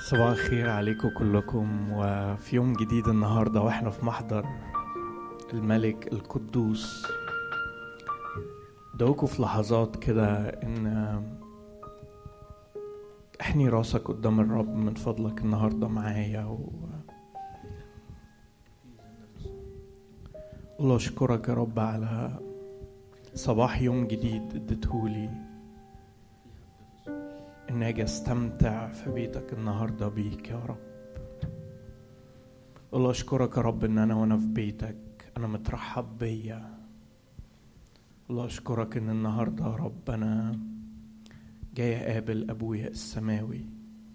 صباح الخير عليكم كلكم، وفي يوم جديد النهاردة واحنا في محضر الملك القدوس. دعوكم في لحظات كده ان احني راسك قدام الرب من فضلك النهاردة معايا الله اشكرك يا رب على صباح يوم جديد اديتهولي ان اجي استمتع في بيتك النهارده بيك يا رب. الله اشكرك يا رب ان وانا في بيتك انا مترحب بيا. الله اشكرك ان النهارده يا رب انا جاي اقابل ابويا السماوي.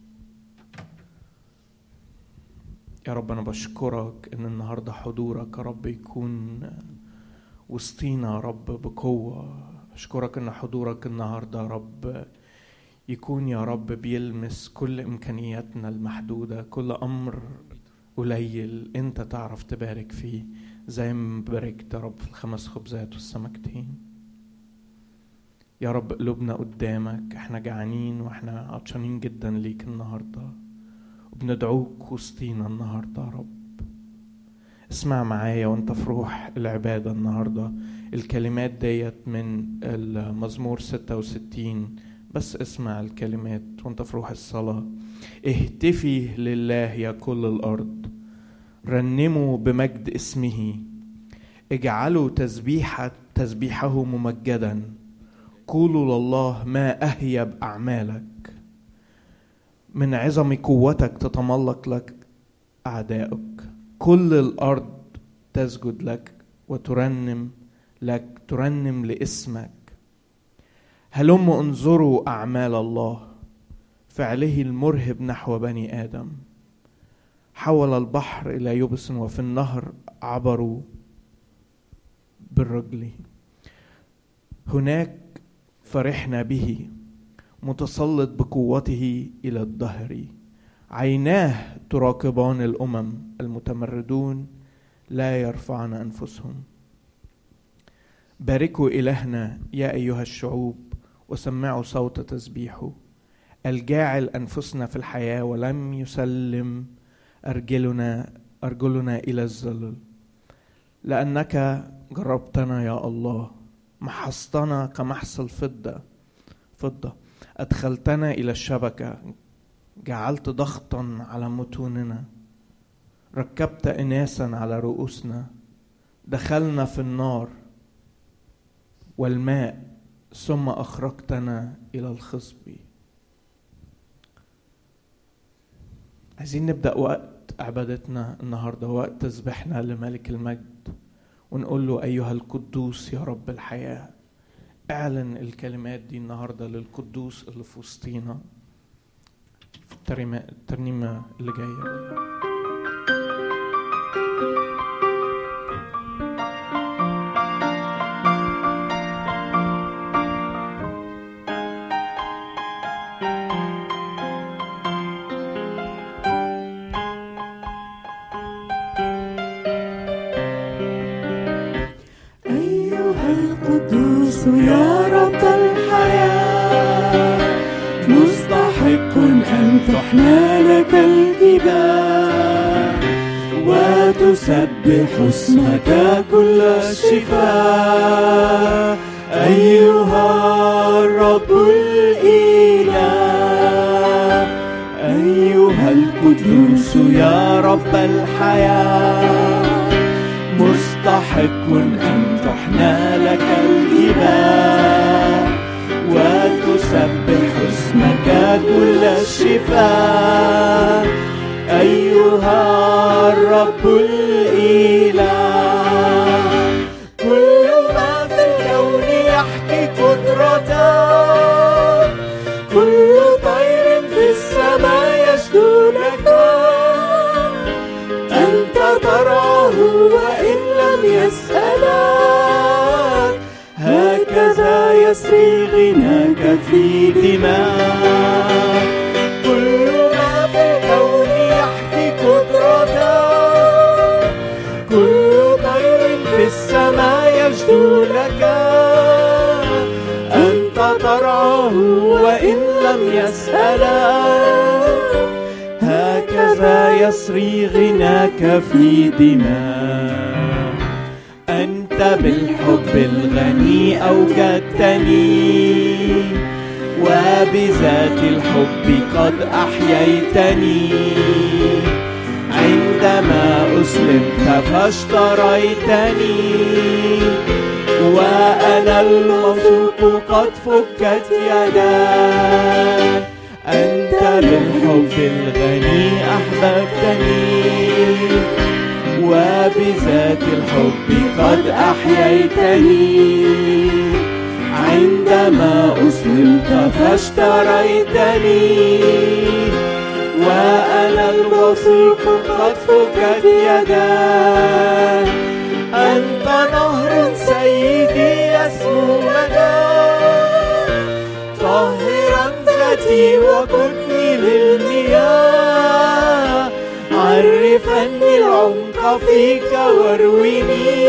يا رب انا بشكرك ان النهارده حضورك يا رب يكون وسطينا يا رب بقوه. اشكرك ان حضورك النهارده يا رب يكون يا رب بيلمس كل إمكانياتنا المحدودة، كل أمر قليل أنت تعرف تبارك فيه زي ما باركت يا رب في 5 خبزات والسمكتين. يا رب قلوبنا قدامك، احنا جعانين واحنا عطشانين جدا ليك النهاردة، وبندعوك وسطينا النهاردة يا رب. اسمع معايا وانت في روح العبادة النهاردة الكلمات ديت من المزمور 66. بس اسمع الكلمات وانت في روح الصلاة. اهتفي لله يا كل الأرض، رنموا بمجد اسمه، اجعلوا تسبيحه ممجدا، قولوا لله ما أهيب أعمالك. من عظم قوتك تتملق لك أعدائك، كل الأرض تسجد لك وترنم لك، ترنم لاسمك. هلم انظروا أعمال الله، فعله المرهب نحو بني آدم. حول البحر إلى يبس وفي النهر عبروا بالرجل. هناك فرحنا به، متسلط بقوته إلى الدهر. عيناه تراقبان الأمم، المتمردون لا يرفعن أنفسهم. باركوا إلهنا يا أيها الشعوب، وسمعوا صوت تسبيحه. الجاعل أنفسنا في الحياة ولم يسلم أرجلنا إلى الذلل. لأنك جربتنا يا الله، محصتنا كمحص الفضة. أدخلتنا إلى الشبكة، جعلت ضغطا على متوننا. ركبت إناسا على رؤوسنا، دخلنا في النار والماء، ثم أخرجتنا إلى الخصب. عايزين نبدأ وقت عبادتنا النهاردة، وقت تسبيحنا لملك المجد، ونقول له أيها القدوس يا رب الحياة. اعلن الكلمات دي النهاردة للقدوس اللي في وسطينا في الترنيمة اللي جاية. يا رب الحياة، مستحق أن تحنى لك الجبال، وتسبح اسمك كل الشفاء. أيها الرب الإله، أيها القدوس يا رب الحياة، مستحق أن تحنى لك الجبال، وتسبح اسمك كل الشفاء. أيها الرب الإله، كل ما في الكون يحكي قدرتك، كل طير في السماء يشدو لك. أنت تراه وإن لم يسألك، هكذا يسري غناك في دماء. كل ما في الكون يحكي قدرتك، كل طير في السماء يشدو لك. أنت تراه وإن لم يسألك، فيسري غناك في دماء. أنت بالحب الغني أوجدتني، وبذات الحب قد أحييتني. عندما أسلمت فاشتريتني، وأنا الموثوق قد فكت يداي. أنت بالحب الغني أحببتني، وبذات الحب قد أحييتني. عندما أسلمت فاشتريتني، وأنا الوثيق قد فكت يداي. أنت نهر سيدي يسمو مدى، طهرا ذاتي وقدني للمياه. عرفني العمق فيك وارويني،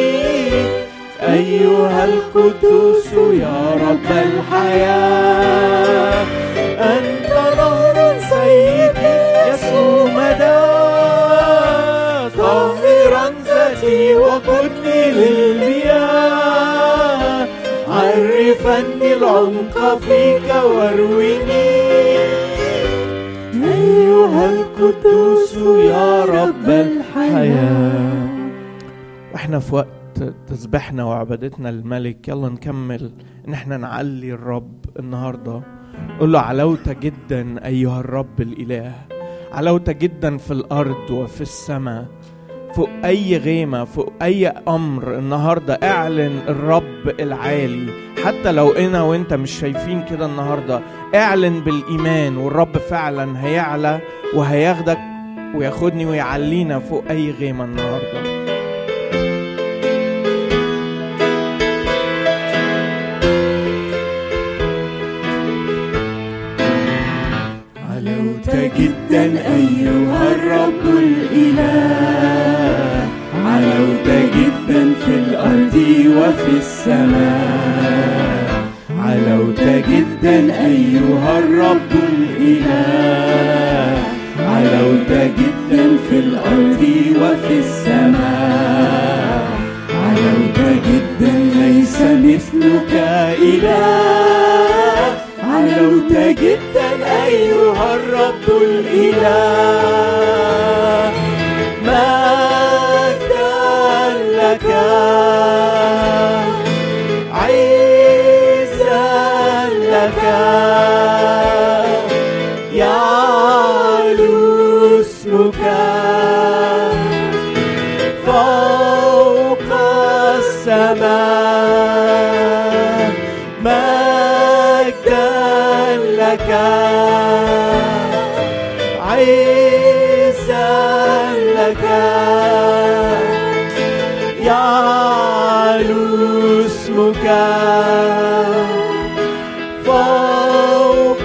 أيها القدوس يا رب الحياة. أنت نهر سيدي يسمو مدى، طاهرا ذاتي وقدني للمياه. عرفني العمق فيك وارويني، أيها القدوس يا رب الحياة. واحنا في وقت تسبحنا وعبادتنا للملك، يلا نكمل ان احنا نعلي الرب النهاردة. قل له: علوت جدا أيها الرب الإله، علوت جدا في الأرض وفي السماء. فوق أي غيمة، فوق أي أمر النهاردة اعلن الرب العالي. حتى لو أنا وإنت مش شايفين كده النهاردة، اعلن بالإيمان، والرب فعلا هيعلى وهياخدك وياخدني ويعلينا فوق أي غيمة النهاردة. علوت جدا أيها الرب الإله، علوت جدا في الأرض وفي السماء. علوت جدا أيها الرب الإله، علوت جدا في الأرض وفي السماء. علوت جدا ليس مثلك إله، علوت جدا أيها الرب الإله. مجدا لك، عزا لك، يعلو اسمك فوق السماء. مجدا لك، عزا لك، يعلو اسمك فوق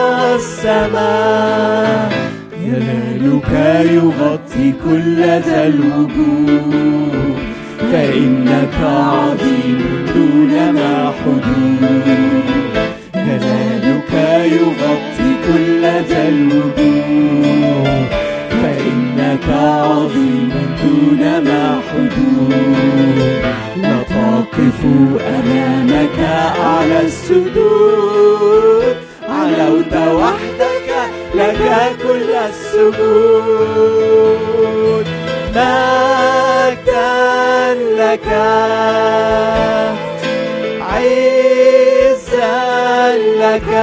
السماء. جلالك يغطي كل ذا الوجود، فإنك عظيم دون ما حدود. جلالك يغطي كل ذا الوجود، فإنك عظيم دون ما حدود. لا تقف أمامك على السجود، علوت وحدك لك كل السجود. مجدا لك، عزا لك،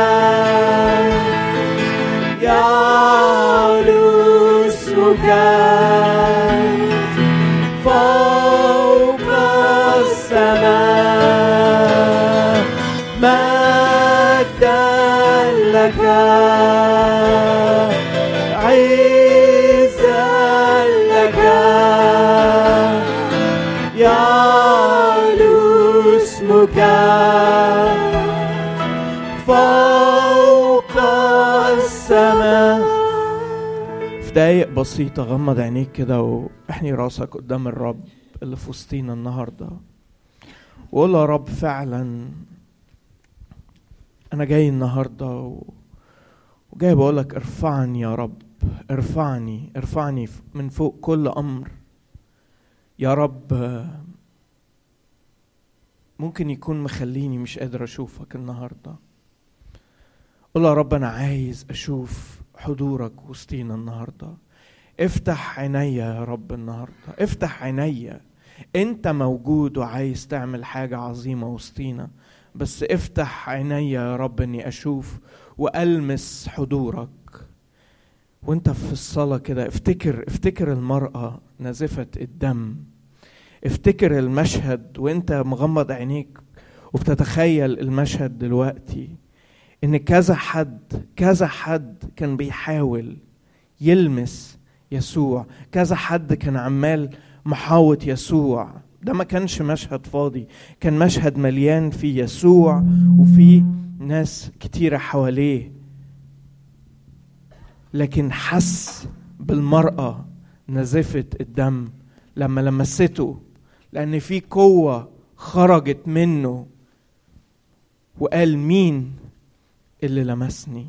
يعلو اسمك فوق السماء. مجدا لك، عزا لك، يعلو اسمك فوق السماء. في دقايق بسيطة غمض عينيك كده واحني راسك قدام الرب اللي في وسطينا النهاردة، وقول يا رب فعلا أنا جاي النهاردة وجاي بقولك ارفعني يا رب ارفعني من فوق كل أمر. يا رب ممكن يكون مخليني مش قادر أشوفك النهاردة. قل يا رب أنا عايز أشوف حضورك وسطينا النهاردة. افتح عيني يا رب النهاردة، افتح عيني. انت موجود وعايز تعمل حاجة عظيمة وسطينا، بس افتح عيني يا رب اني اشوف والمس حضورك. وانت في الصلاة كده افتكر المرأة نازفة الدم. افتكر المشهد وانت مغمض عينيك وبتتخيل المشهد دلوقتي، ان كذا حد كان بيحاول يلمس يسوع، كذا حد كان عمال محاوط يسوع. ده ما كانش مشهد فاضي، كان مشهد مليان فيه يسوع وفيه ناس كتيرة حواليه. لكن حس بالمرأة نزفة الدم لما لمسته، لأن في قوة خرجت منه وقال مين اللي لمسني.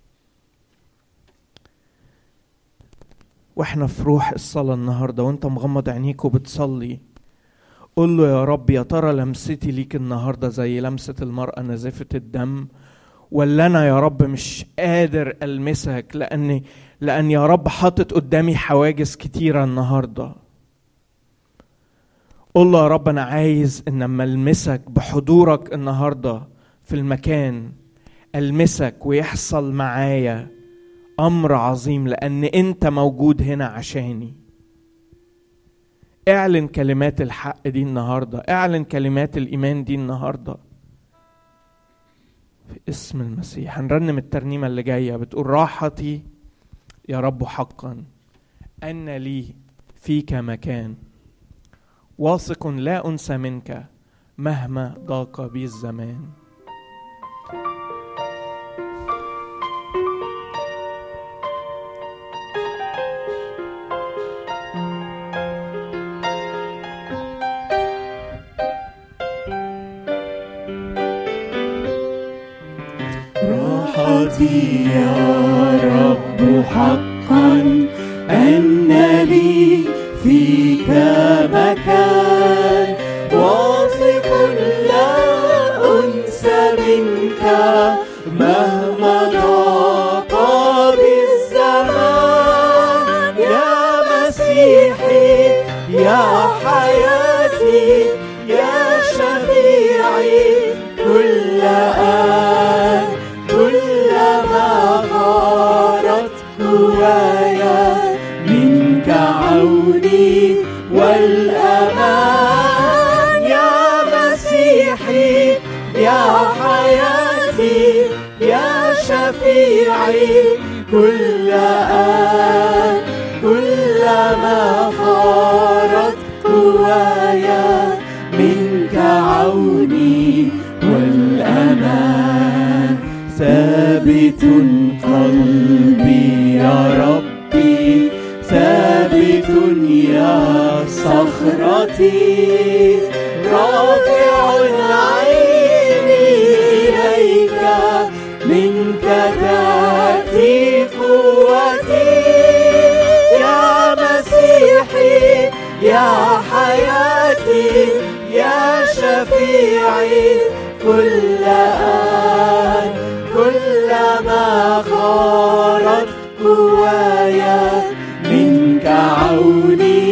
واحنا في روح الصلاة النهاردة وانت مغمض عينيك وبتصلي، قل له يا رب يا ترى لمستي ليك النهاردة زي لمسة المرأة نزفة الدم، ولا انا يا رب مش قادر ألمسك لأن يا رب حاطط قدامي حواجز كتيرة النهاردة. قل له يا رب انا عايز ان لما ألمسك بحضورك النهاردة في المكان، ألمسك ويحصل معايا أمر عظيم، لأن أنت موجود هنا عشاني. اعلن كلمات الحق دي النهاردة، اعلن كلمات الإيمان دي النهاردة في اسم المسيح. هنرنم الترنيمة اللي جاية بتقول راحتي يا رب حقا أن لي فيك مكان، واثق لا أنسى منك مهما ضاق بي الزمان. راحتي يا رب حقا أن لي فيك مكان، واثق لا أنسى منك مهما ضاق بي الزمان. يا مسيحي يا حياتي يا شفيعي كل آن، كلما غارت قوايا منك عوني والأمان. يا مسيحي يا حياتي يا شفيعي كل آن، كلما غارت قوايا منك عوني والأمان. ثابت قلبي يا ربي، ثابت يا صخرتي، رافع عيني إليك منك تأتي قوتي. يا مسيحي يا حياتي يا شفيعي كل آن، كلما غارت قوايا منك عوني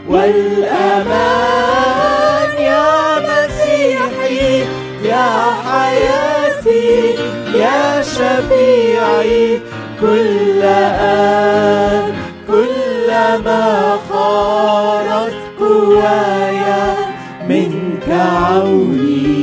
والأمان. يا مسيحي يا حياتي يا شفيعي كل آن، كلما غارت قوايا منك عوني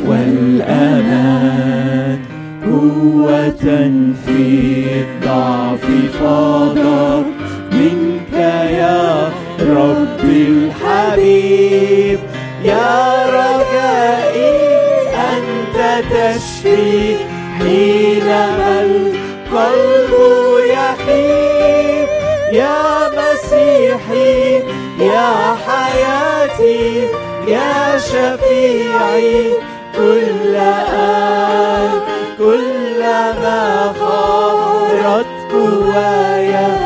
والأمان. قوة في الضعف فاضت منك يا رب الحبيب. يا رجائي أنت تشفي حينما القلب يخيب. يا مسيحي يا حياتي يا شفيعي كل آن، كلما غارت قوايا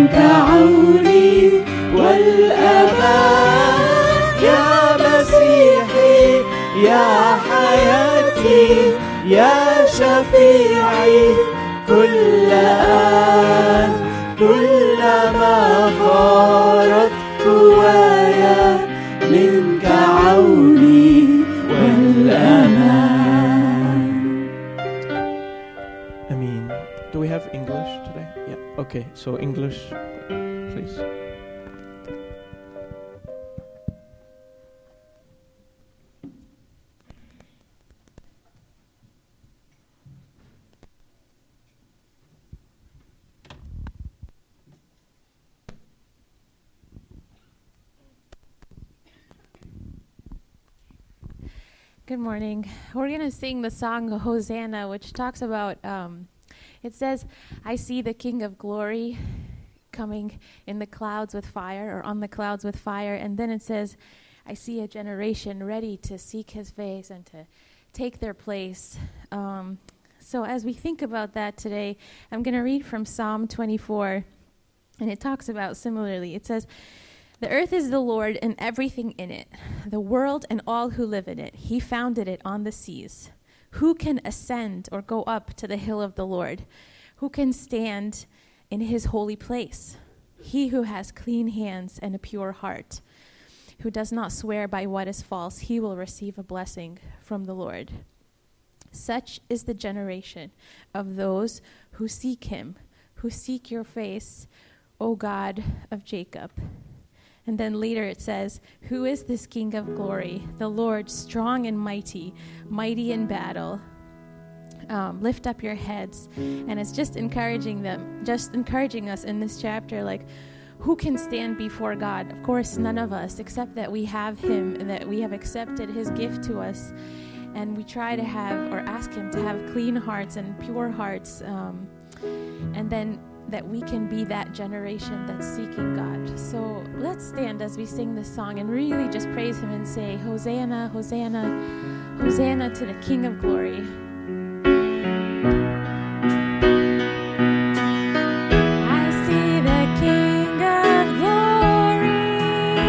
منك عوني والأمان يا مسيحي يا حياتي يا شفيعي كل آن كلما غارت قوايا منك عوني والأمان. Amen. Do we have English today? Yeah. Okay. So English, please. Good morning. We're going to sing the song Hosanna, which talks about, it says, I see the King of Glory coming in the clouds with fire, or on the clouds with fire. And then it says, I see a generation ready to seek his face and to take their place. So as we think about that today, I'm going to read from Psalm 24. And it talks about similarly. It says, the earth is the Lord and everything in it, the world and all who live in it. He founded it on the seas. Who can ascend or go up to the hill of the Lord? Who can stand in his holy place? He who has clean hands and a pure heart, who does not swear by what is false, he will receive a blessing from the Lord. Such is the generation of those who seek him, who seek your face, O God of Jacob. And then later it says, who is this King of glory? The Lord, strong and mighty, mighty in battle. Lift up your heads. And it's just encouraging us in this chapter, like, who can stand before God? Of course, none of us, except that we have him and that we have accepted his gift to us. And we try to have, or ask him to have clean hearts and pure hearts. And then that we can be that generation that's seeking God. So let's stand as we sing this song and really just praise him and say, Hosanna, Hosanna, Hosanna to the King of glory. I see the King of glory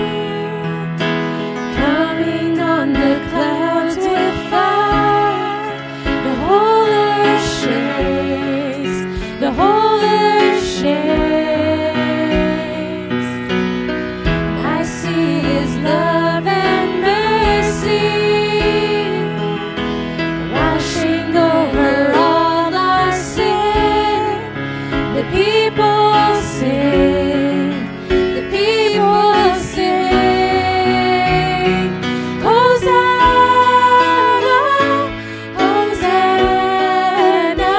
coming on the clouds with fire. The whole earth shakes, the whole earth shakes. I see his love and mercy washing over all our sin. The people sing, the people sing. Hosanna, Hosanna,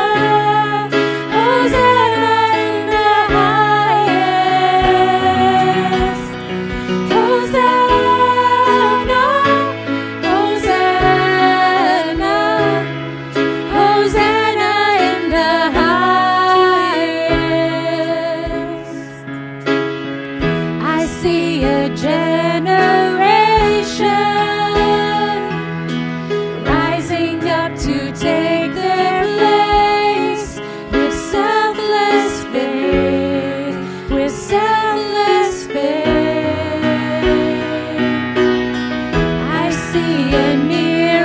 Hosanna in the highest. Hosanna, Hosanna, Hosanna in the highest. I see a generation rising up to take their place with selfless faith, with selfless faith. I see a near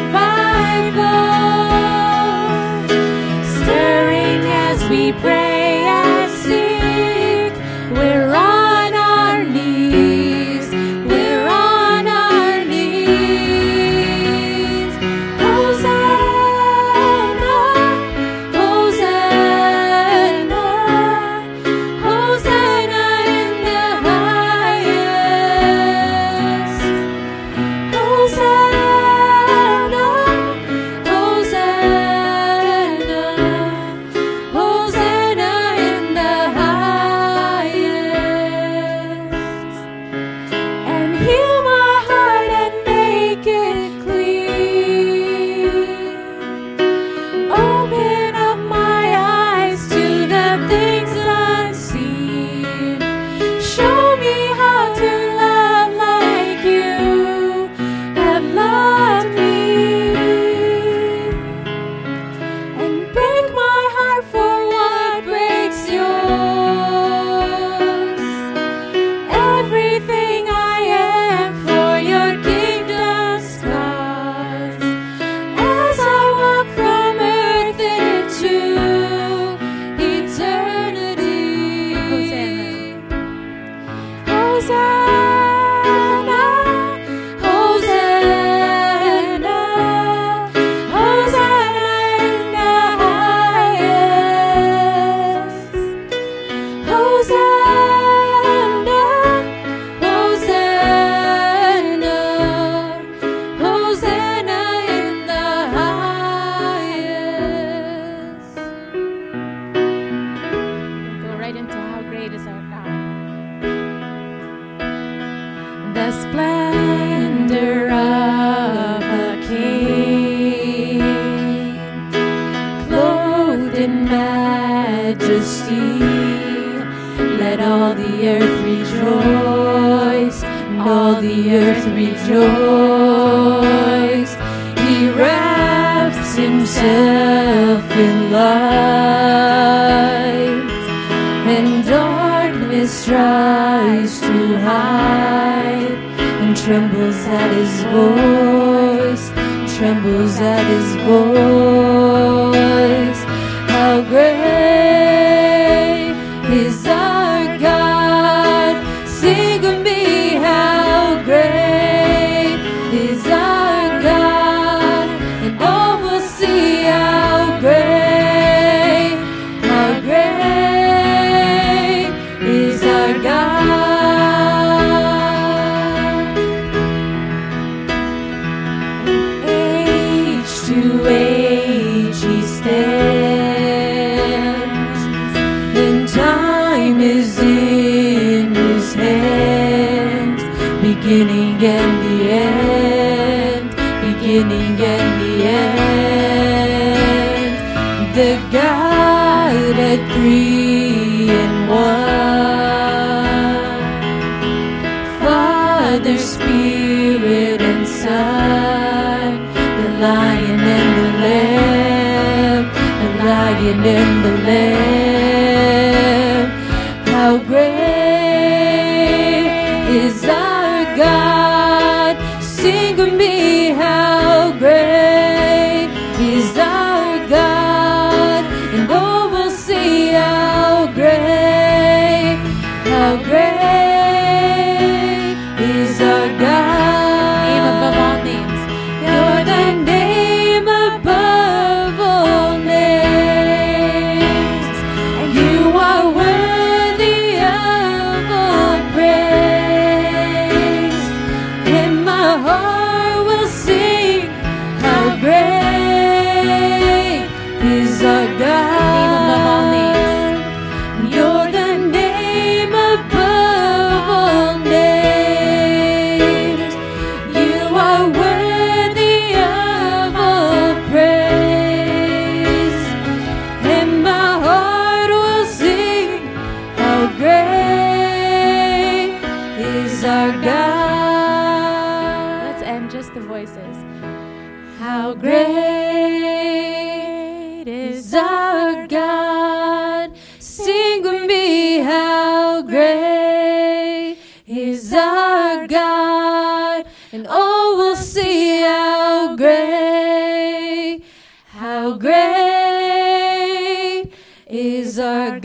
revival stirring as we pray and seek. We're on our knees, we're on our knees. Hosanna, Hosanna, Hosanna in the highest. Hosanna, Hosanna, Hosanna in majesty. Let all the earth rejoice, and all the earth rejoice. He wraps himself in light, and darkness tries to hide, and trembles at his voice, trembles at his voice. How great is our God, sing with me, how great is our God, and all will see how great is our God. Age to age he stands, and time is in his hands, beginning and the end, beginning and the end. The God at 3 and 1, Father, Spirit, and Son, the Lion and the Lamb, the Lion and the Lamb. How great is our God, sing with me, how great is our God, and all will see how great is our God. Name above all names. You're the name above all names, and you are worthy of all praise. And my heart will sing, how great is our God. Name above all names. You're the name above all names. You are worthy of all praise. And my heart will sing, how great is our God. Let's end just the voices. How great is our God, sing with me, how great is our God, and all will see how great is our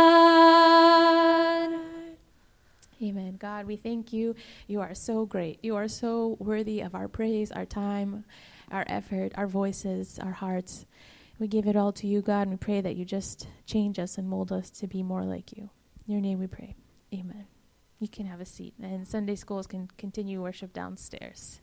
God. Amen. God, we thank you. You are so great. You are so worthy of our praise, our time, our effort, our voices, our hearts. We give it all to you, God, and we pray that you just change us and mold us to be more like you. In your name we pray. Amen. You can have a seat, and Sunday schools can continue worship downstairs.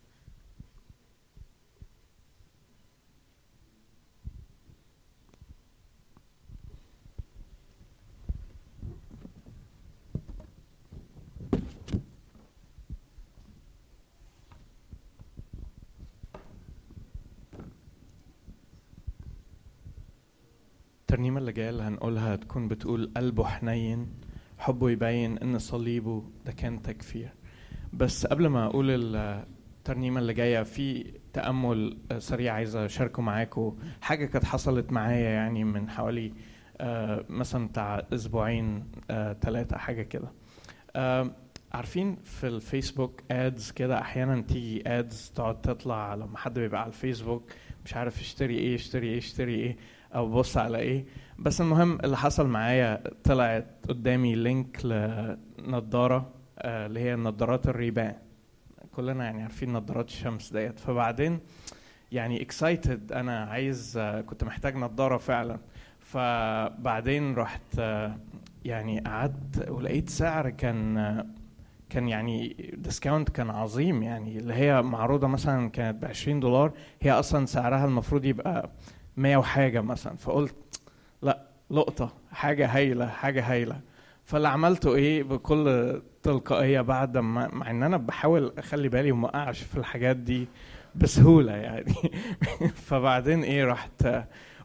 الترنيمة اللي جاية اللي هنقولها تكون بتقول قلبه حنين، حبه يبين ان صليبه ده كان تكفير. بس قبل ما اقول الترنيمة اللي جاية، في تأمل سريع عايز اشاركه معاكم. حاجة كانت حصلت معايا يعني من حوالي مثلا بتاع اسبوعين 3 حاجة كده. عارفين في الفيسبوك ادز كده احيانا تيجي ادز تقعد تطلع لما حد بيبقى على الفيسبوك مش عارف اشتري ايه او بص على ايه. بس المهم اللي حصل معايا طلعت قدامي لينك لنضارة اللي هي نضارات الريبان. كلنا يعني عارفين نضارات الشمس ديت. فبعدين يعني اكسايتد، انا عايز كنت محتاج نضارة فعلا. فبعدين رحت يعني قعدت ولقيت سعر كان يعني ديسكاونت كان عظيم، يعني اللي هي معروضة مثلا كانت $20، هي اصلا سعرها المفروض يبقى 100 وحاجة مثلا. فقلت لا، لقطة، حاجة هايلة. فاللي عملته ايه بكل تلقائية بعد ما مع ان انا بحاول اخلي بالي وما اقعش في الحاجات دي بسهولة يعني فبعدين ايه رحت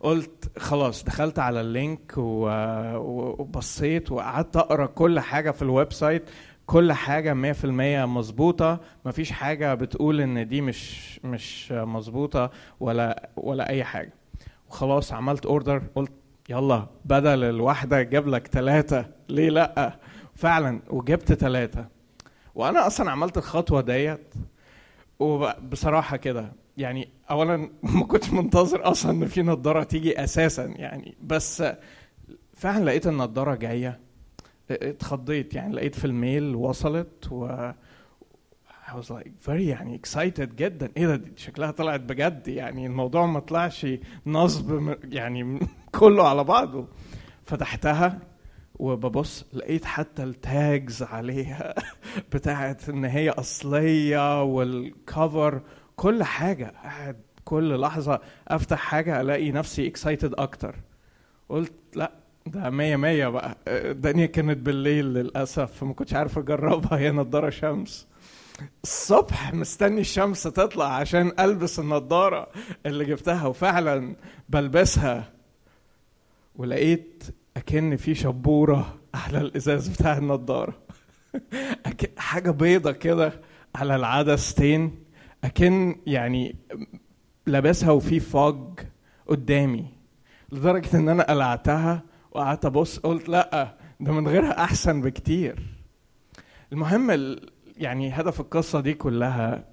قلت خلاص، دخلت على اللينك وبصيت وقعدت اقرا كل حاجه في الويب سايت. كل حاجه 100% مظبوطه، مفيش حاجه بتقول ان دي مش مظبوطه ولا اي حاجه. وخلاص عملت اوردر، قلت يلا بدل الواحده جاب لك 3 ليه لا. فعلا وجبت 3. وانا اصلا عملت الخطوه ديت وبصراحه كده يعني اولا ما كنتش منتظر اصلا ان في نظاره تيجي اساسا يعني، بس فعلا لقيت النظاره جايه اتخضيت يعني. لقيت في الميل وصلت و I was like very يعني excited جدا. ايه ده، شكلها طلعت بجد يعني، الموضوع ما طلعش نصب يعني كله على بعضه. فتحتها وببص لقيت حتى التاجز عليها بتاعت ان هي اصلية والكفر كل حاجة. قاعد كل لحظة افتح حاجة الاقي نفسي excited اكتر. قلت لا ده 100 بقى. الدنيا كانت بالليل للأسف فما كنتش عارف اجربها، هي نظارة شمس. الصبح مستني الشمس تطلع عشان ألبس النظارة اللي جبتها، وفعلا بلبسها ولقيت أكن في شبورة على الإزاز بتاع النظارة حاجة بيضة كده على العدستين، أكن يعني لابسها وفي فوج قدامي، لدرجة إن أنا قلعتها وقعدت أبص قلت لأ ده من غيرها أحسن بكتير. المهم يعني هدف القصة دي كلها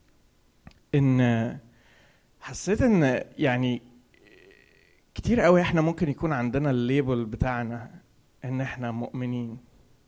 إن حسيت إن يعني كتير قوي إحنا ممكن يكون عندنا الليبل بتاعنا إن إحنا مؤمنين،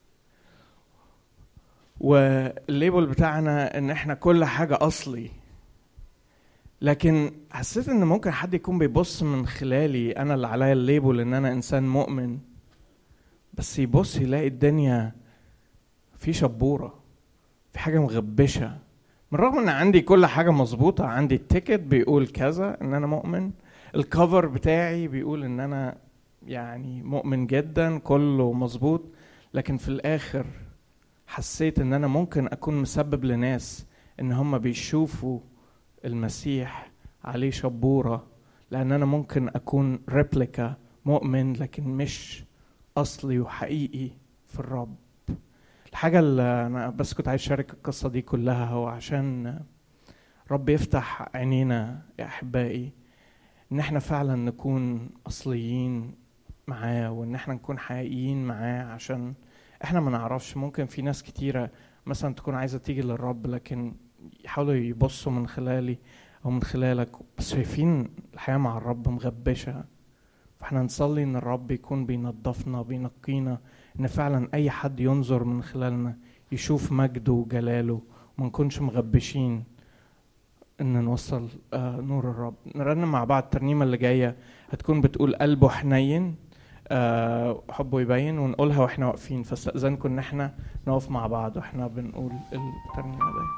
والليبل بتاعنا إن إحنا كل حاجة أصلي. لكن حسيت إن ممكن حد يكون بيبص من خلالي أنا اللي عليا الليبل إن أنا إنسان مؤمن، بس يبص يلاقي الدنيا في شبورة، في حاجة مغبشة. من رغم ان عندي كل حاجة مظبوطة، عندي التيكت بيقول كذا ان انا مؤمن، الكفر بتاعي بيقول ان انا يعني مؤمن جدا، كله مظبوط، لكن في الاخر حسيت ان انا ممكن اكون مسبب لناس ان هم بيشوفوا المسيح عليه شبورة، لان انا ممكن اكون ريبليكا مؤمن لكن مش اصلي وحقيقي في الرب. الحاجة اللي أنا بس كنت عايز أشارك القصة دي كلها هو عشان رب يفتح عينينا يا أحبائي إن إحنا فعلا نكون أصليين معاه، وإن إحنا نكون حقيقيين معاه، عشان إحنا ما نعرفش. ممكن في ناس كتيرة مثلا تكون عايزة تيجي للرب لكن يحاولوا يبصوا من خلالي أو من خلالك، بس شايفين الحياة مع الرب مغبشة. فإحنا نصلي إن الرب يكون بينظفنا بينقينا، إن فعلا أي حد ينظر من خلالنا يشوف مجده وجلاله، وما نكونش مغبشين إن نوصل نور الرب. نرنم مع بعض الترنيمة اللي جاية هتكون بتقول قلبه حنين حبه يبين، ونقولها وإحنا واقفين. فاستأذنكم إن إحنا نقف مع بعض وإحنا بنقول الترنيمة دي.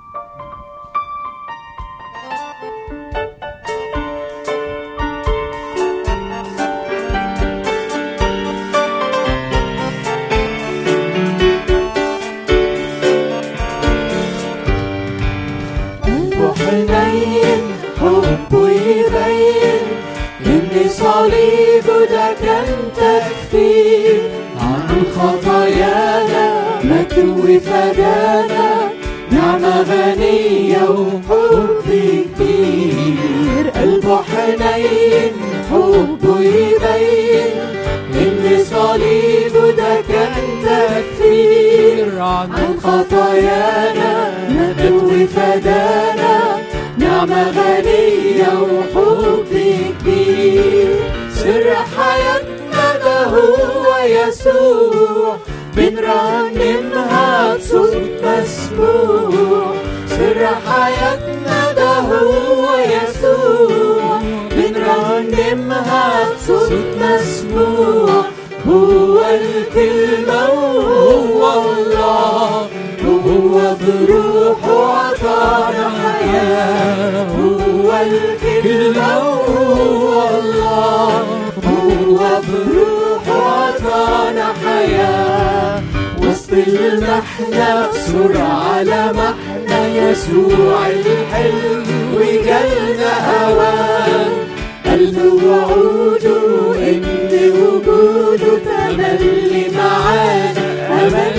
حبه يبين إن صليبه ده كان تكفير عن خطايانا، مات وفدانا، نعمة غنية وحب كبير. قلبه حنين حبه يبين إن صليبه ده كان تكفير عن خطايانا، مات وفدانا، نعمة غنية وحب كبير. سر حياتنا ده هو يسوع، بنرنمها بصوت مسموع. سر حياتنا ده هو يسوع، بنرنمها بصوت مسموع. هو الكلمة وهو الله، هو بروحه عطانا حياة. هو الكلمة وهو الله، هو بروحه عطانا حياة. وسط المحنة صر على محنة يسوع الحلم وجالنا هواه. ألف وعوده إن وجوده تملي معانا أمان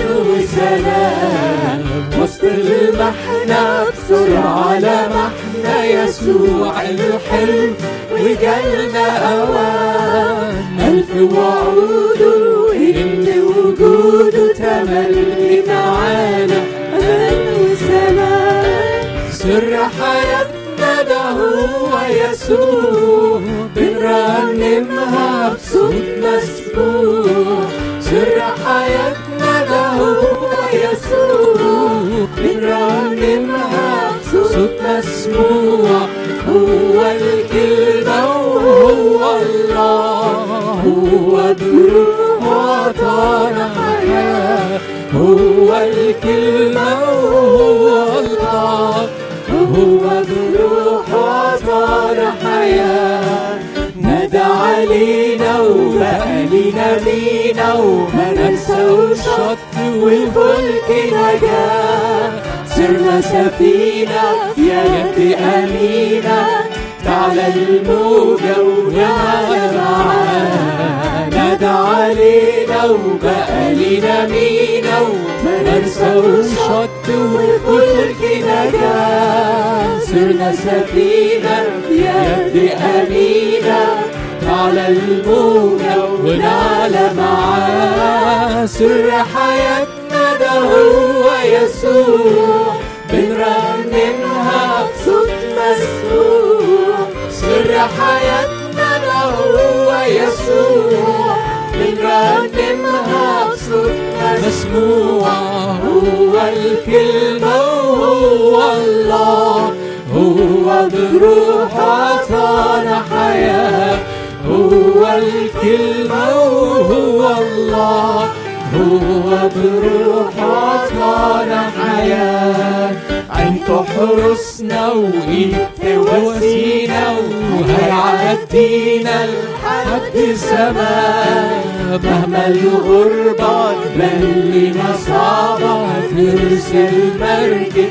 وسلام وسط المحنة بسرعة لمحنا يسوع الحلم وجالنا أوان ألف وعوده إن وجوده تملي معانا أمان وسلام سر حياتنا ده هو يسوع بنرنمها بصوت مسموع سر حياتنا ده هو يسوع بنرنمها بصوت مسموع هو الكلمة وهو الله هو بروح عطانا حياة هو الكلمة وهو الله هو بروح عطانا حياة نادى علينا وبقى لينا مينا وما ننساوش شط والفلك نجاة صرنا سفينة يا يد أمينة تعالى الموجة ونعلى معانا نادى علينا وبقى لينا مينا وما ننساوش شط والفلك نجاة صرنا سفينة يا يد أمينة على الموجة ونعلى معاه سر حياتنا ده هو يسوع بنرنمها بصوت مسموع سر حياتنا ده هو يسوع بنرنمها بصوت مسموع هو الكلمة وهو الله هو بروح عطانا حياة هو الكلمة وهو الله هو بروح عطانا حياة عين تحرسنا وإيد تواسينا وهيعدينا لحد السماء مهما الغربة تبلينا صعبة ترسل مركب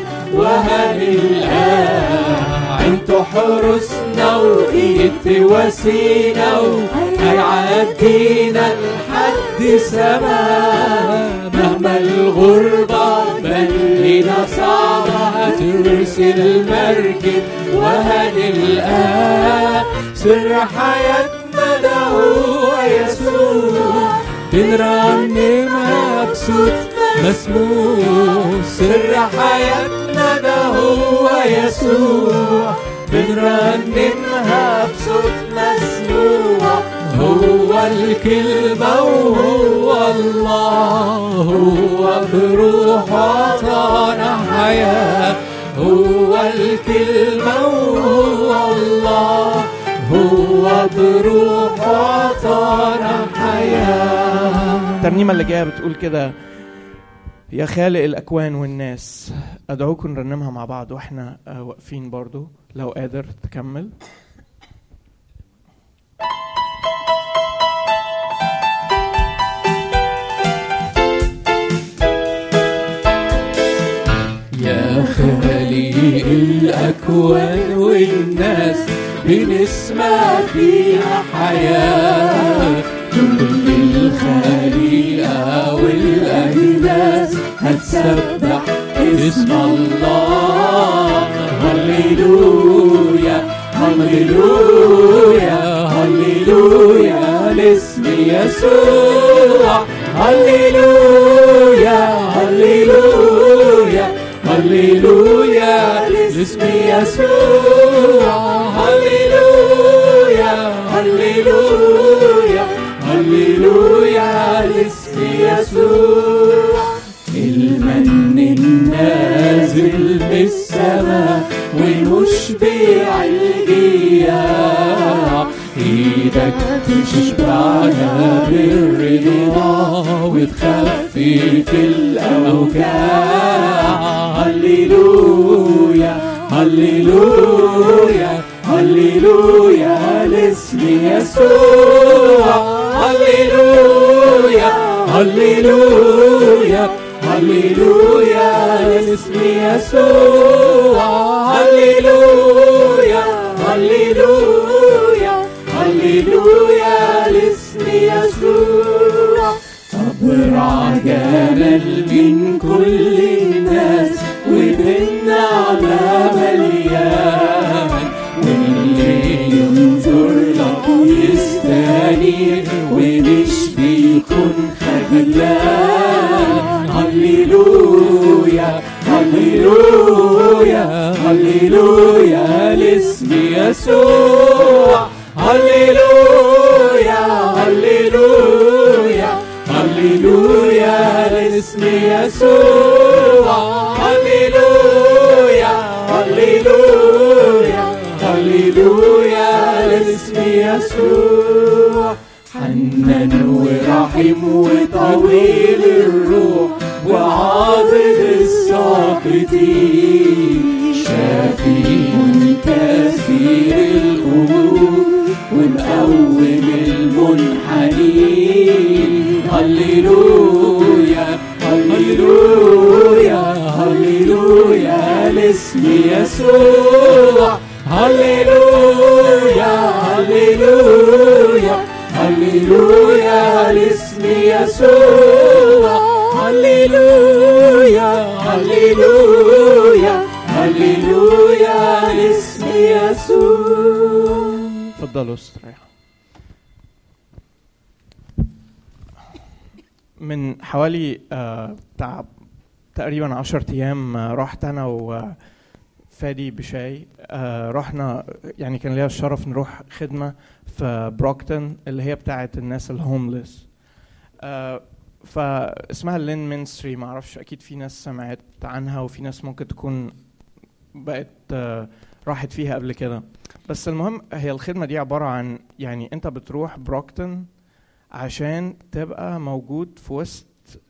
وهنلقاه عين تحرسنا وإيد تواسينا وهيعدينا لحد السماء مهما الغربة تبلينا صعبة ترسل مركب وهنلقاه سر حياتنا ده هو يسوع بنرنمها بصوت مسموع سر حياتنا ده هو يسوع بنرنمها بصوت مسموع هو الكلمة وهو الله هو بروح عطانا حياة هو الكلمة وهو الله هو بروح عطانا حياة. الترنيمة اللي جاية بتقول كده: يا خالق الأكوان والناس. أدعوكم نرنمها مع بعض وإحنا واقفين برضو لو قادر تكمل. يا خالق الأكوان والناس بنسمع فيها حياة كل الخليقة والأجناس هتسبح اسم الله. هللويا هللويا هللويا لاسم يسوع. هللويا هللويا هللويا لاسم يسوع. هللويا هللويا هللويا لاسم يسوع. المن النازل من السماء ومشبع الجياع، ايدك تشبعنا بالرضا وتخفف الاوجاع. هللويا هللويا هللويا لاسم يسوع. هللويا هللويا هللويا لاسم يسوع. هللويا هللويا هللويا لاسم يسوع. أبرع جمال من كل الناس وبالنعمة مليان، واللي ينظر لك يستنير ومش بيكون خجلان. هللويا هللويا هللويا لاسم يسوع. هللويا هللويا هللويا لاسم يسوع. هللويا هللويا هللويا لاسم يسوع. حنان ورحيم وطويل الروح وعاضد الساقطين، شفيع كثير القلوب ومقوم المنحنين. هللويا هللويا هللويا لاسم يسوع. هللويا هللويا هللويا لاسم يسوع. هللويا هللويا هللويا لاسم يسوع. اتفضلوا استريحوا. من حوالي تقريبا 10 أيام رحت أنا وفادي بشاي، رحنا يعني كان ليا الشرف نروح خدمة في بروكتون اللي هي بتاعت الناس الهوملس، فاسمها لين مينستري. ما اعرفش، اكيد في ناس سمعت عنها وفي ناس ممكن تكون بقت راحت فيها قبل كده. بس المهم هي الخدمة دي عبارة عن يعني انت بتروح بروكتون عشان تبقى موجود في وسط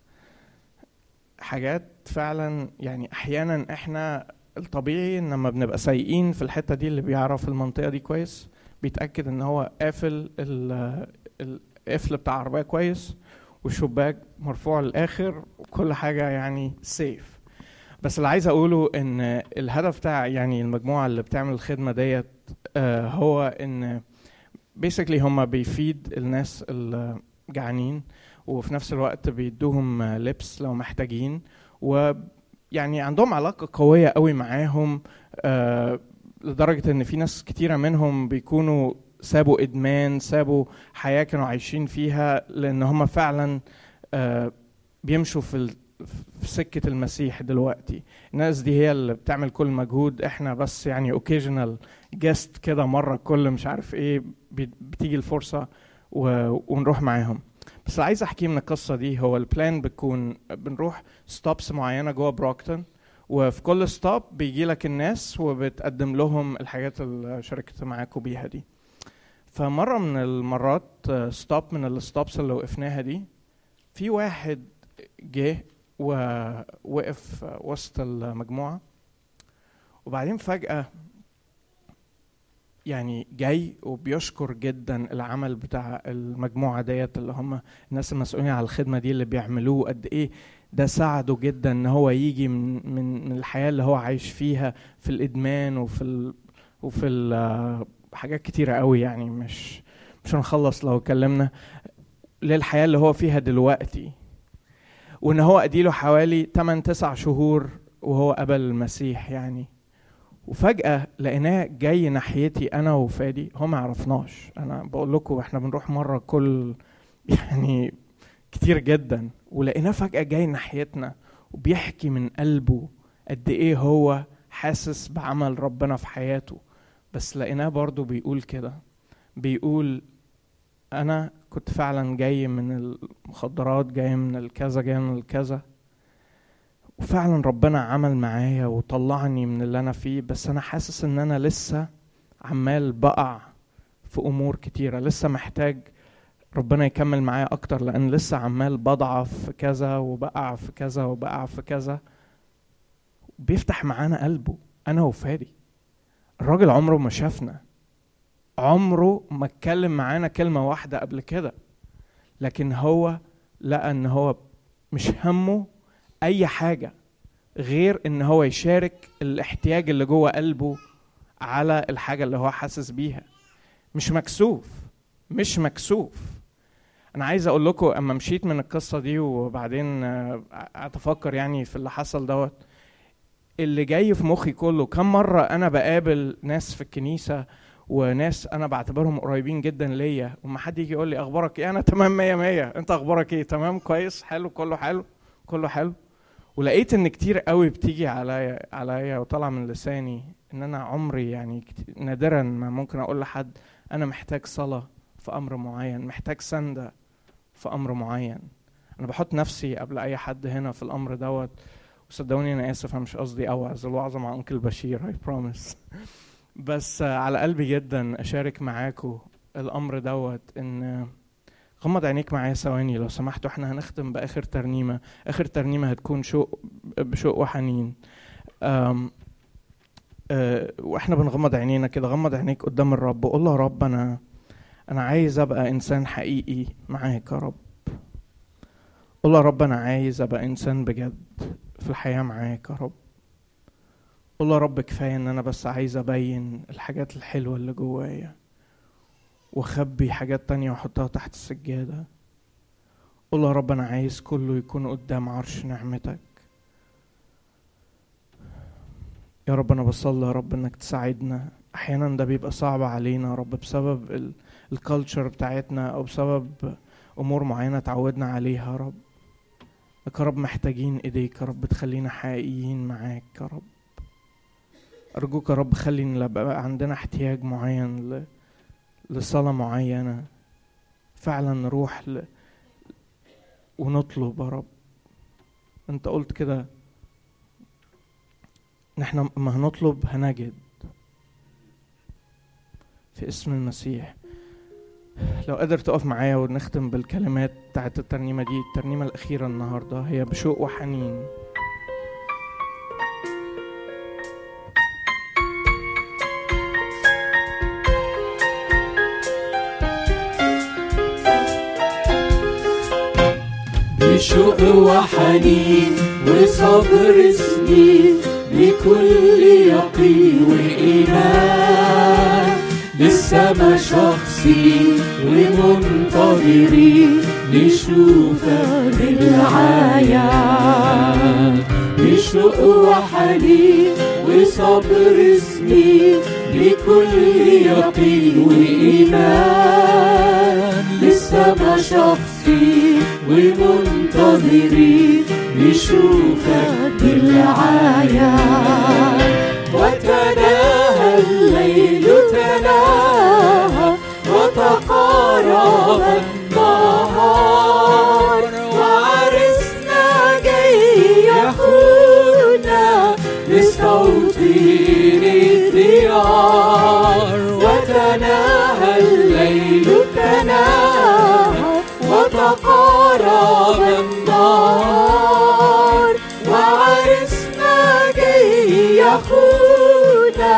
حاجات فعلا. يعني احيانا احنا الطبيعي ان لما بنبقى سايقين في الحتة دي، اللي بيعرف المنطقة دي كويس بيتأكد ان هو قافل القفل بتاع العربية كويس والشباك مرفوع للآخر وكل حاجة يعني سيف. بس اللي عايز اقوله ان الهدف بتاع يعني المجموعة اللي بتعمل الخدمة ديت هو ان basically هم بيفيد الناس الجعانين، وفي نفس الوقت بيدوهم لبس لو محتاجين، ويعني عندهم علاقة قوية قوي معاهم، لدرجة ان في ناس كتيرة منهم بيكونوا سابوا ادمان، سابوا حياة كانوا عايشين فيها، لان هم فعلا بيمشوا في سكة المسيح دلوقتي. الناس دي هي اللي بتعمل كل مجهود، احنا بس يعني occasional guest كده مرة كل مش عارف ايه بتيجي الفرصة ونروح معاهم. بس عايز احكي من القصة دي. هو البلان بتكون بنروح ستوبس معينة جوه بروكتون، وفي كل ستوب بيجي لك الناس وبتقدم لهم الحاجات اللي شاركت معاكم بيها دي. فمرة من المرات ستوب من الستوبس اللي وقفناها دي، في واحد جه ووقف وسط المجموعة، وبعدين فجأة يعني جاي وبيشكر جدا العمل بتاع المجموعة ديت اللي هم الناس المسؤولين على الخدمة دي، اللي بيعملوه قد ايه ده ساعده جدا ان هو يجي من الحياة اللي هو عايش فيها في الادمان وفي حاجات كتيرة قوي، يعني مش هنخلص لو اتكلمنا، للحياة اللي هو فيها دلوقتي. وان هو اديله حوالي 8-9 شهور وهو قبل المسيح يعني. وفجأة لقيناه جاي ناحيتي انا وفادي، هو ما عرفناش. انا بقول لكم احنا بنروح مرة كل يعني كتير جدا، ولقيناه فجأة جاي ناحيتنا وبيحكي من قلبه قد ايه هو حاسس بعمل ربنا في حياته. بس لقيناه برضو بيقول كده، بيقول انا كنت فعلا جاي من المخدرات، جاي من الكذا، جاي من الكذا، وفعلا ربنا عمل معايا وطلعني من اللي انا فيه، بس انا حاسس ان انا لسه عمال بقع في امور كتيرة، لسه محتاج ربنا يكمل معايا اكتر، لان لسه عمال بضعف في كذا وبقع في كذا وبقع في كذا. بيفتح معانا قلبه انا وفادي. الراجل عمره ما شافنا، عمره ما اتكلم معانا كلمة واحدة قبل كده، لكن هو لقى ان هو مش همه اي حاجة غير ان هو يشارك الاحتياج اللي جوه قلبه على الحاجة اللي هو حاسس بيها. مش مكسوف، مش مكسوف. أنا عايز أقول لكم أما مشيت من القصة دي وبعدين أتفكر يعني في اللي حصل دوت، اللي جاي في مخي كله كم مرة أنا بقابل ناس في الكنيسة وناس أنا بعتبرهم قريبين جدا ليا، وما حد يجي يقول لي أخبارك إيه؟ أنا تمام 100 أنت أخبارك إيه؟ تمام كويس حلو كله حلو كله حلو. ولقيت إن كتير قوي بتيجي عليا وطلع من لساني إن أنا عمري يعني نادرا ما ممكن أقول لحد أنا محتاج صلاة في أمر معين، محتاج سندة في أمر معين. أنا بحط نفسي قبل أي حد هنا في الأمر دوت. وصدقوني أنا آسف، أنا مش قصدي أوعظ الوعظة مع أنكل بشير I promise. بس على قلبي جدا أشارك معاكم الأمر دوت. إن غمض عينيك معايا ثواني لو سمحتوا. احنا هنختم بآخر ترنيمة. آخر ترنيمة هتكون بشوق وحنين. واحنا بنغمض عينينا كده، غمض عينيك قدام الرب وقول له يا رب أنا عايز أبقى إنسان حقيقي معاك يا رب. قول له يا رب أنا عايز أبقى إنسان بجد في الحياة معاك يا رب. قول له يا رب كفاية إن أنا بس عايز أبين الحاجات الحلوة اللي جوايا وخبي حاجات تانية وحطها تحت السجادة. قول له يا رب أنا عايز كله يكون قدام عرش نعمتك يا رب. أنا بصلي يا رب إنك تساعدنا. أحيانا ده بيبقى صعب علينا يا رب بسبب الكالتشر بتاعتنا أو بسبب أمور معينة تعودنا عليها يا رب. يا رب محتاجين إيديك يا رب تخلينا حقيقيين معاك يا رب. أرجوك يا رب خلينا نبقى عندنا احتياج معين لصلاة معينة فعلا نروح ونطلب يا رب. أنت قلت كده نحن ما هنطلب هنجد في اسم المسيح. لو قدر تقف معايا ونختم بالكلمات بتاعت الترنيمة دي. الترنيمة الأخيرة النهاردة هي بشوق وحنين. بشوق وحنين وصبر سنين بكل يقين وإيمان للسما شخصي ومنتظرين نشوفك بالعيان. بشوق وحنين وصبر سنين بكل يقين وإيمان للسما شخصي ومنتظرين نشوفك بالعيان. وتناهى الليل تناهى وتقارب النهار وعرسنا جاي يخونا لصوتين الديار. وتناهى الليل تناهى وتقارب النهار وعرسنا جاي يخونا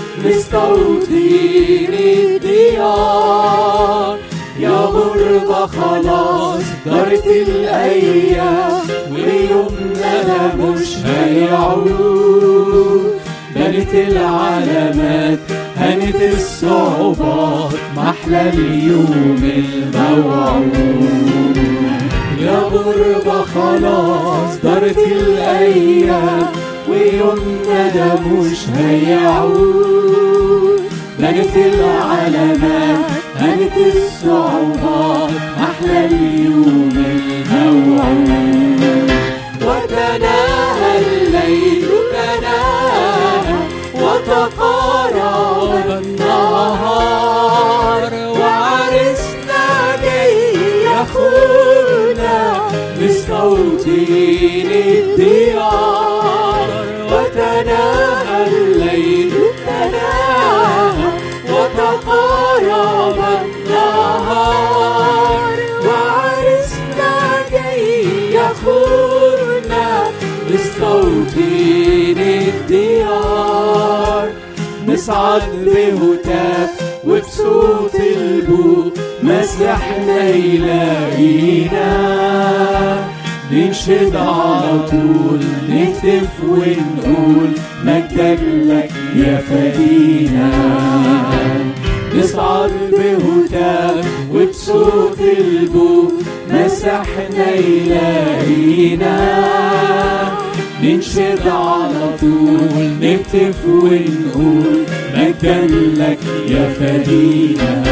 لصوتين الديار. يا غربة خلاص دارت الأيام ويومنا ده مش هيعود. بنت العلامات هانت الصعوبات محلى اليوم الموعود. يا غربة خلاص دارت الأيام ويومنا ده مش هيعود. بنت العلامات هانت الصعوبات محلى اليوم الموعود. وتناهى الليل تناهى وتقارب النهار وعرسنا جاي يخونا لصوتين الديار. وتناهى الليل تناهى وتقارب النهار وعرسنا جاي يخونا لصوتين الديار. نصعد بهتاف وبصوت البوق مسحنا يلاقينا. ننشد على طول نهتف ونقول مجدك لك يا فدينا. نصعد بهتاف وبصوت البوق مسحنا إلهينا، ننشد على طول نهتف ونقول مجدا لك يا فدينا.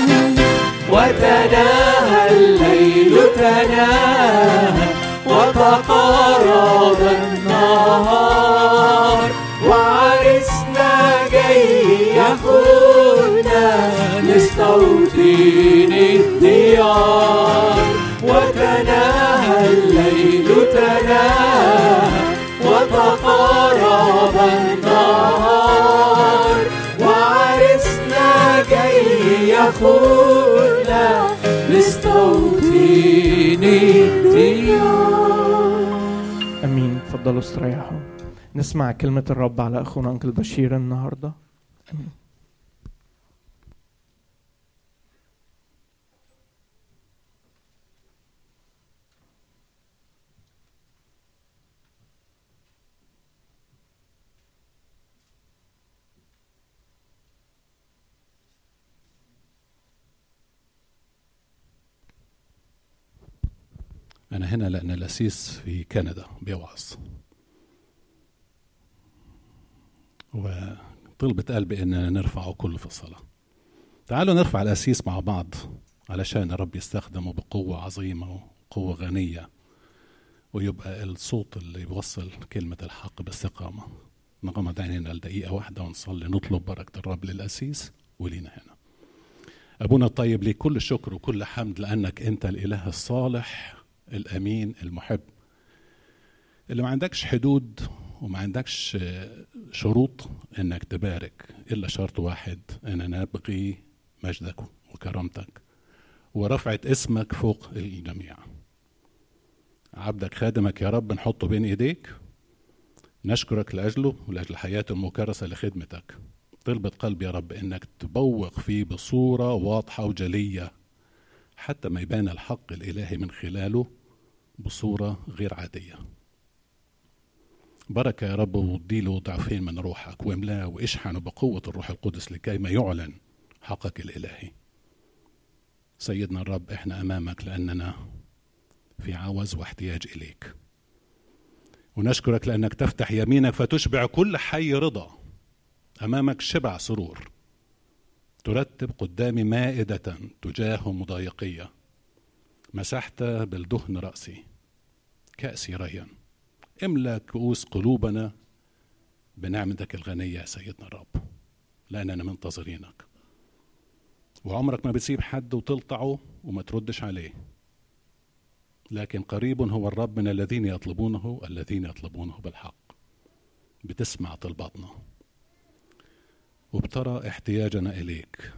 وتناهى الليل تناهى وتقارب النهار، وعرسنا جاي ياخدنا نستوطن الديار. وتناهى الليل تناهى وتقارب النهار، وعرسنا جاي ياخدنا نستوطن الديار. امين. تفضلوا استريحوا. نسمع كلمة الرب على اخونا انكل بشير النهارده. امين. أنا هنا لأن الأسيس في كندا بيوعظ، وطلبة قلبي إننا نرفعه كله في الصلاة. تعالوا نرفع الأسيس مع بعض علشان الرب يستخدمه بقوة عظيمة وقوة غنية، ويبقى الصوت اللي يوصل كلمة الحق باستقامة. نغمض عينينا لدقيقة واحدة ونصلي نطلب بركة الرب للأسيس ولينا هنا. أبونا الطيب، ليك كل شكر وكل حمد لأنك أنت الإله الصالح الأمين المحب، اللي ما عندكش حدود وما عندكش شروط انك تبارك، الا شرط واحد، اننا نبغي مجدك وكرامتك ورفعة اسمك فوق الجميع. عبدك خادمك يا رب نحطه بين ايديك، نشكرك لاجله ولاجل حياته المكرسة لخدمتك. طلبة قلبي يا رب انك تبوق فيه بصورة واضحة وجلية حتى ما يبان الحق الالهي من خلاله بصورة غير عادية. بركة يا رب، واديله ضعفين من روحك واملاه واشحنه بقوة الروح القدس لكي ما يعلن حقك الالهي. سيدنا الرب، احنا امامك لاننا في عوز واحتياج اليك، ونشكرك لانك تفتح يمينك فتشبع كل حي رضا. امامك شبع سرور، ترتب قدامي مائدة تجاه مضايقية، مسحت بالدهن رأسي، كأسي ريا. املأ كؤوس قلوبنا بنعمتك الغنية يا سيدنا الرب، لأننا منتظرينك، وعمرك ما بتسيب حد وتلطعه وما تردش عليه، لكن قريب هو الرب من الذين يطلبونه بالحق. بتسمع طلباتنا وبترى احتياجنا إليك،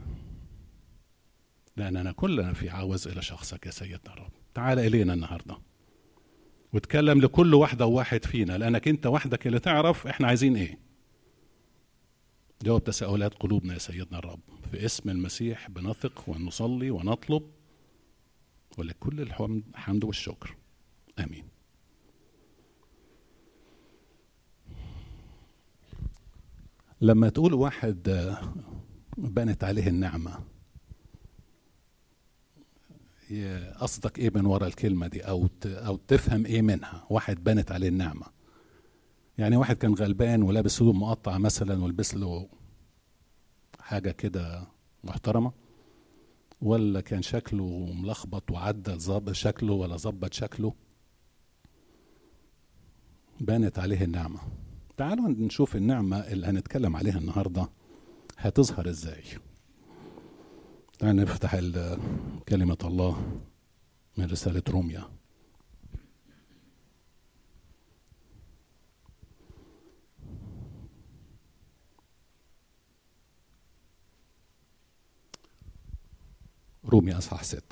لأننا كلنا في عوز إلى شخصك يا سيدنا الرب. تعال إلينا النهاردة وتكلم لكل واحدة وواحد فينا، لأنك أنت وحدك اللي تعرف إحنا عايزين إيه. جاوب تساؤلات قلوبنا يا سيدنا الرب، في اسم المسيح بنثق ونصلي ونطلب، ولكل الحمد والشكر، آمين. لما تقول واحد بنت عليه النعمة، قصدك ايه من وراء الكلمة دي، او تفهم ايه منها؟ واحد بنت عليه النعمة يعني واحد كان غلبان ولابس هدوم مقطعة مثلا ولبس له حاجة كده محترمة، ولا كان شكله ملخبط وعدل ظبط شكله ولا ظبط شكله؟ بنت عليه النعمة. تعالوا نشوف النعمة اللي هنتكلم عليها النهاردة هتظهر ازاي. تعالوا نفتح كلمة الله من رسالة روميا. روميا أصحاح 6.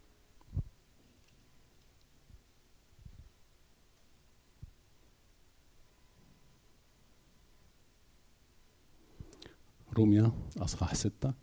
روميا أصحاح 6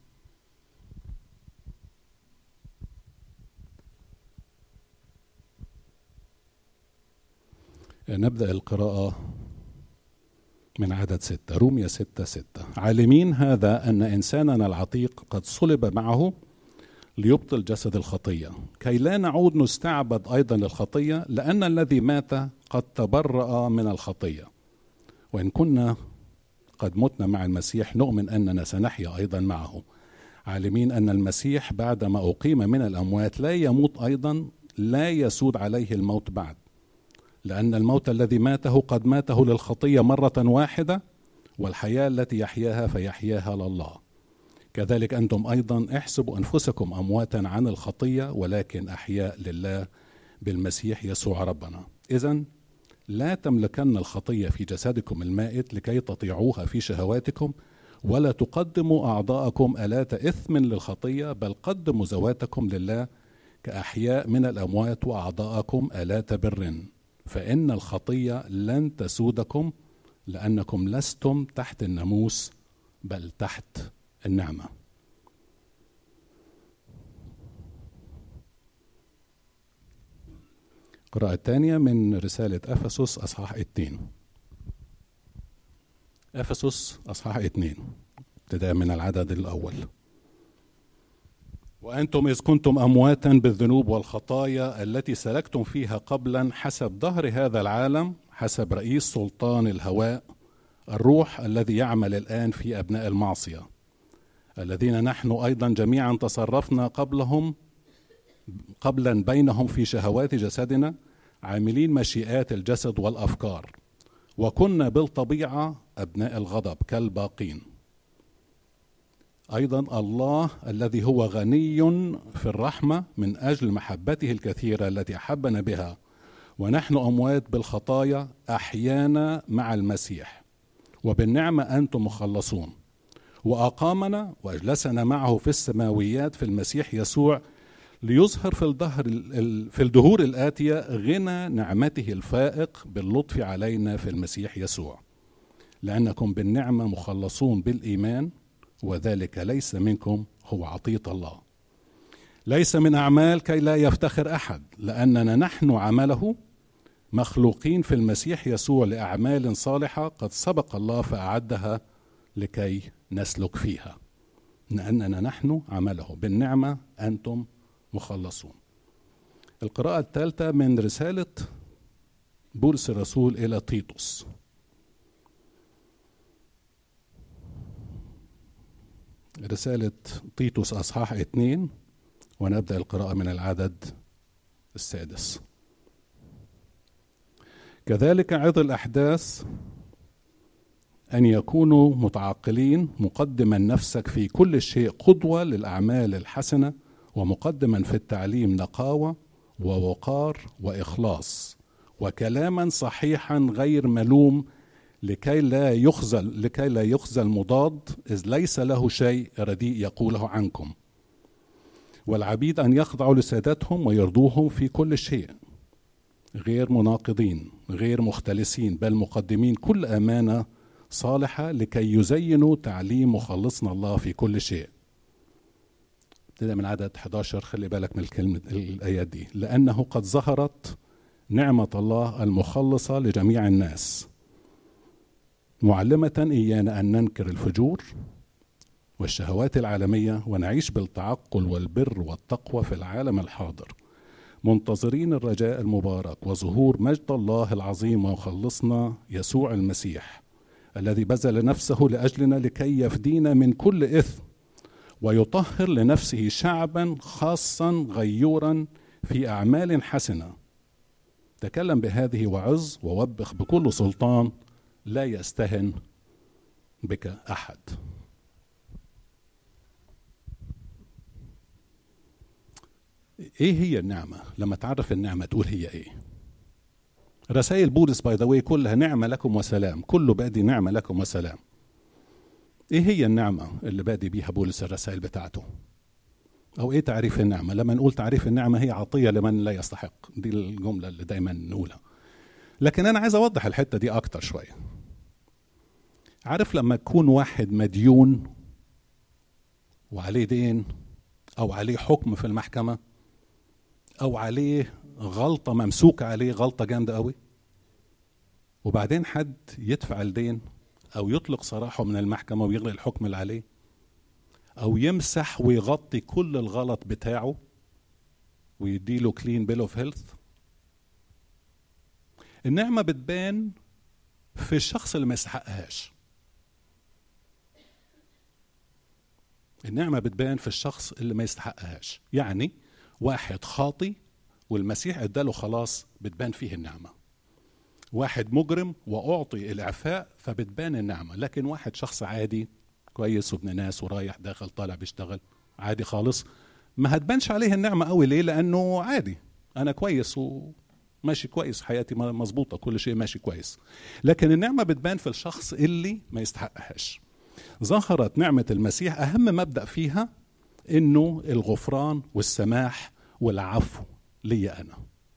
نبدأ القراءة من عدد 6، رومية 6:6. عالمين هذا أن إنساننا العتيق قد صلب معه ليبطل جسد الخطية، كي لا نعود نستعبد أيضا للخطية، لأن الذي مات قد تبرأ من الخطية. وإن كنا قد متنا مع المسيح نؤمن أننا سنحيا أيضا معه، عالمين أن المسيح بعدما أقيم من الأموات لا يموت أيضا، لا يسود عليه الموت بعد، لأن الموت الذي ماته قد ماته للخطية مرة واحدة، والحياة التي يحياها فيحياها لله. كذلك أنتم أيضا احسبوا أنفسكم أمواتا عن الخطية، ولكن أحياء لله بالمسيح يسوع ربنا. إذن لا تملكن الخطية في جسدكم المائت لكي تطيعوها في شهواتكم، ولا تقدموا أعضاءكم آلات إثم للخطية، بل قدموا ذواتكم لله كأحياء من الأموات، وأعضاءكم آلات بر، فإن الخطية لن تسودكم، لأنكم لستم تحت الناموس بل تحت النعمة. قراءة تانية من رسالة أفسس أصحاح 2. أفسس أصحاح 2 ابتداء من العدد الأول. وأنتم إذ كنتم أمواتا بالذنوب والخطايا التي سلكتم فيها قبلا حسب ظهر هذا العالم، حسب رئيس سلطان الهواء، الروح الذي يعمل الآن في أبناء المعصية، الذين نحن أيضا جميعا تصرفنا قبلا بينهم في شهوات جسدنا، عاملين مشيئات الجسد والأفكار، وكنا بالطبيعة أبناء الغضب كالباقين. أيضا الله الذي هو غني في الرحمة من أجل محبته الكثيرة التي أحبنا بها ونحن أموات بالخطايا أحيانا مع المسيح، وبالنعمة أنتم مخلصون، وأقامنا وأجلسنا معه في السماويات في المسيح يسوع، ليظهر في الدهور الآتية غنى نعمته الفائق باللطف علينا في المسيح يسوع، لأنكم بالنعمة مخلصون بالإيمان، وذلك ليس منكم، هو عطية الله، ليس من أعمال كي لا يفتخر أحد، لأننا نحن عمله مخلوقين في المسيح يسوع لأعمال صالحة قد سبق الله فأعدها لكي نسلك فيها، لأننا نحن عمله بالنعمة أنتم مخلصون. القراءة الثالثة من رسالة بولس الرسول إلى تيتوس. رسالة تيتوس أصحاح 2، ونبدأ القراءة من العدد 6. كذلك عظ الأحداث أن يكونوا متعقلين، مقدما نفسك في كل شيء قدوة للأعمال الحسنة، ومقدما في التعليم نقاوة ووقار وإخلاص، وكلاما صحيحا غير ملوم، لكي لا يخزى المضاد، إذ ليس له شيء رديء يقوله عنكم. والعبيد أن يخضعوا لسادتهم ويرضوهم في كل شيء، غير مناقضين، غير مختلسين، بل مقدمين كل أمانة صالحة لكي يزينوا تعليم مخلصنا الله في كل شيء. ابتدأ من عدد 11، خلي بالك من الآيات دي. لأنه قد ظهرت نعمة الله المخلصة لجميع الناس، معلمة إيانا أن ننكر الفجور والشهوات العالمية، ونعيش بالتعقل والبر والتقوى في العالم الحاضر، منتظرين الرجاء المبارك وظهور مجد الله العظيم ومخلصنا يسوع المسيح، الذي بذل نفسه لأجلنا لكي يفدينا من كل إثم، ويطهر لنفسه شعبا خاصا غيورا في أعمال حسنة. تكلم بهذه وعظ ووبخ بكل سلطان، لا يستهن بك أحد. ايه هي النعمة؟ لما تعرف النعمة تقول هي ايه؟ رسائل بولس باي ذا واي كلها نعمة لكم وسلام، كله بادي نعمة لكم وسلام. ايه هي النعمة اللي بادي بيها بولس الرسائل بتاعته؟ او ايه تعريف النعمة؟ لما نقول تعريف النعمة هي عطية لمن لا يستحق، دي الجملة اللي دايما نقولها، لكن انا عايز اوضح الحتة دي اكتر شوية. عارف لما يكون واحد مديون وعليه دين، او عليه حكم في المحكمة، او عليه غلطة ممسوكة عليه غلطة جامدة قوي، وبعدين حد يدفع الدين أو يطلق سراحه من المحكمة ويغلق الحكم اللي عليه، أو يمسح ويغطي كل الغلط بتاعه ويديله كلين بيل اوف هيلث. النعمة بتبان في الشخص اللي ما يستحقهاش. النعمة بتبان في الشخص اللي ما يستحقهاش. يعني واحد خاطي والمسيح اداله خلاص، بتبان فيه النعمة. واحد مجرم وأعطي الإعفاء، فبتبان النعمة. لكن واحد شخص عادي كويس وابن ناس ورايح داخل طالع بيشتغل عادي خالص، ما هتبانش عليه النعمة قوي. ليه؟ لأنه عادي، أنا كويس وماشي كويس، حياتي مظبوطة، كل شيء ماشي كويس. لكن النعمة بتبان في الشخص اللي ما يستحقهاش. ظهرت نعمة المسيح أهم مبدأ فيها إنه الغفران والسماح والعفو لي أنا.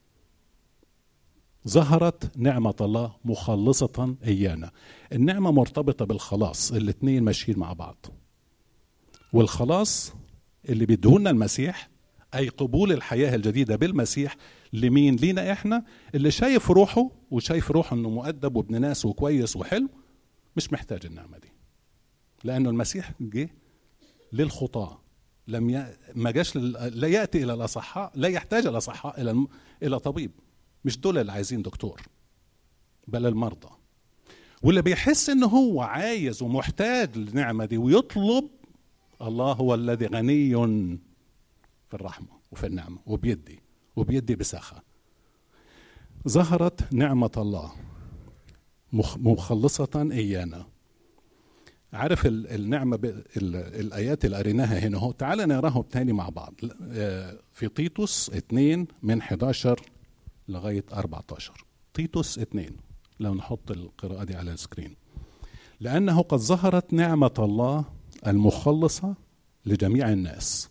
ظهرت نعمة الله مخلصة إيانا. النعمة مرتبطة بالخلاص، الاتنين ماشيين مع بعض. والخلاص اللي بيدهولنا المسيح أي قبول الحياة الجديدة بالمسيح لمين؟ لينا إحنا اللي شايف روحه وشايف روحه إنه مؤدب وابن ناس وكويس وحلو، مش محتاج النعمة دي. لأنه المسيح جه للخطاة، ما جاش لا يأتي إلى الأصحاء، لا يحتاج الأصحاء إلى طبيب. مش دول اللي عايزين دكتور، بل المرضى. واللي بيحس إنه هو عايز ومحتاج للنعمة دي ويطلب، الله هو الذي غني في الرحمة وفي النعمة وبيدي بسخاء. ظهرت نعمة الله مخلصة إيانا. عارف النعمة الآيات اللي قريناها هنا هو، تعال نقراهم تاني مع بعض. في تيتوس 2 من 11 لغاية 14. تيتوس 2، لو نحط القراءة دي على السكرين. لأنه قد ظهرت نعمة الله المخلصة لجميع الناس.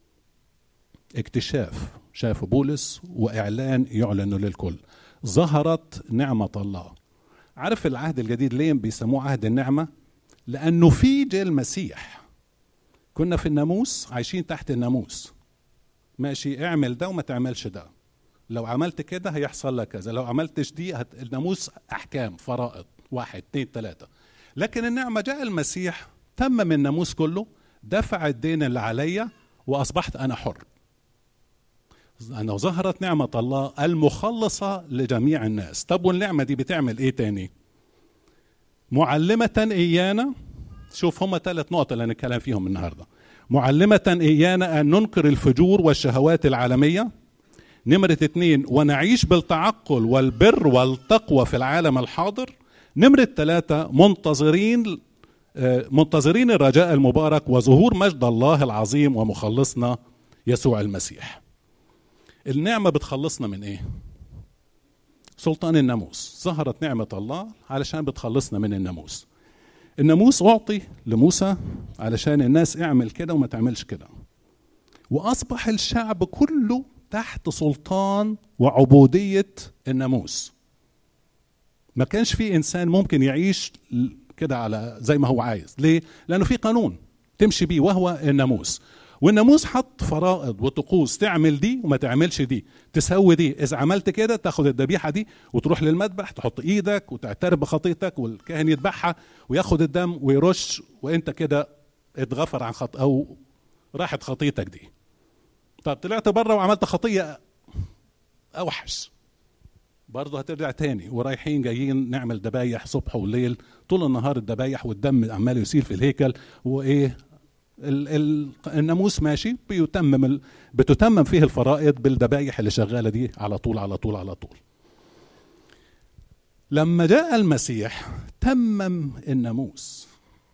اكتشاف شاف بولس وإعلان يعلن للكل. ظهرت نعمة الله. عارف العهد الجديد ليه بيسموه عهد النعمة؟ لأنه في جه المسيح. كنا في الناموس، عايشين تحت الناموس، ماشي اعمل ده وما تعملش ده، لو عملت كده هيحصل لك كذا، لو عملتش دي الناموس أحكام فرائض 1 2 3. لكن النعمة جاء المسيح تمم الناموس كله، دفع الدين اللي عليا وأصبحت أنا حر. أنه ظهرت نعمة الله المخلصة لجميع الناس. طب والنعمة دي بتعمل إيه تاني؟ معلمة إيانا. شوف هما 3 نقط اللي هنتكلم فيهم النهاردة. معلمة إيانا أن ننكر الفجور والشهوات العالمية. نمرة 2 ونعيش بالتعقل والبر والتقوى في العالم الحاضر. نمرة 3 منتظرين الرجاء المبارك وظهور مجد الله العظيم ومخلصنا يسوع المسيح. النعمة بتخلصنا من إيه؟ سلطان الناموس. ظهرت نعمة الله علشان بتخلصنا من الناموس. الناموس أعطي لموسى علشان الناس اعمل كده وما تعملش كده، وأصبح الشعب كله تحت سلطان وعبودية الناموس. ما كانش في إنسان ممكن يعيش كده على زي ما هو عايز. ليه؟ لأنه في قانون تمشي بيه وهو الناموس. والناموس حط فرائض وطقوس، تعمل دي وما تعملش دي، تسوي دي، إذا عملت كده تاخد الذبيحة دي وتروح للمذبح تحط إيدك وتعترف بخطيتك والكاهن يذبحها وياخد الدم ويرش، وإنت كده اتغفر عن أو راحت خطيتك دي. طب طلعت بره وعملت خطية أوحش، برضه هترجع تاني. ورايحين جايين نعمل ذبايح صبح وليل طول النهار، الذبايح والدم عمال يسيل في الهيكل، وإيه الناموس ماشي بتتمم فيه الفرائض بالذبايح اللي شغالة دي على طول على طول على طول. لما جاء المسيح تمم الناموس.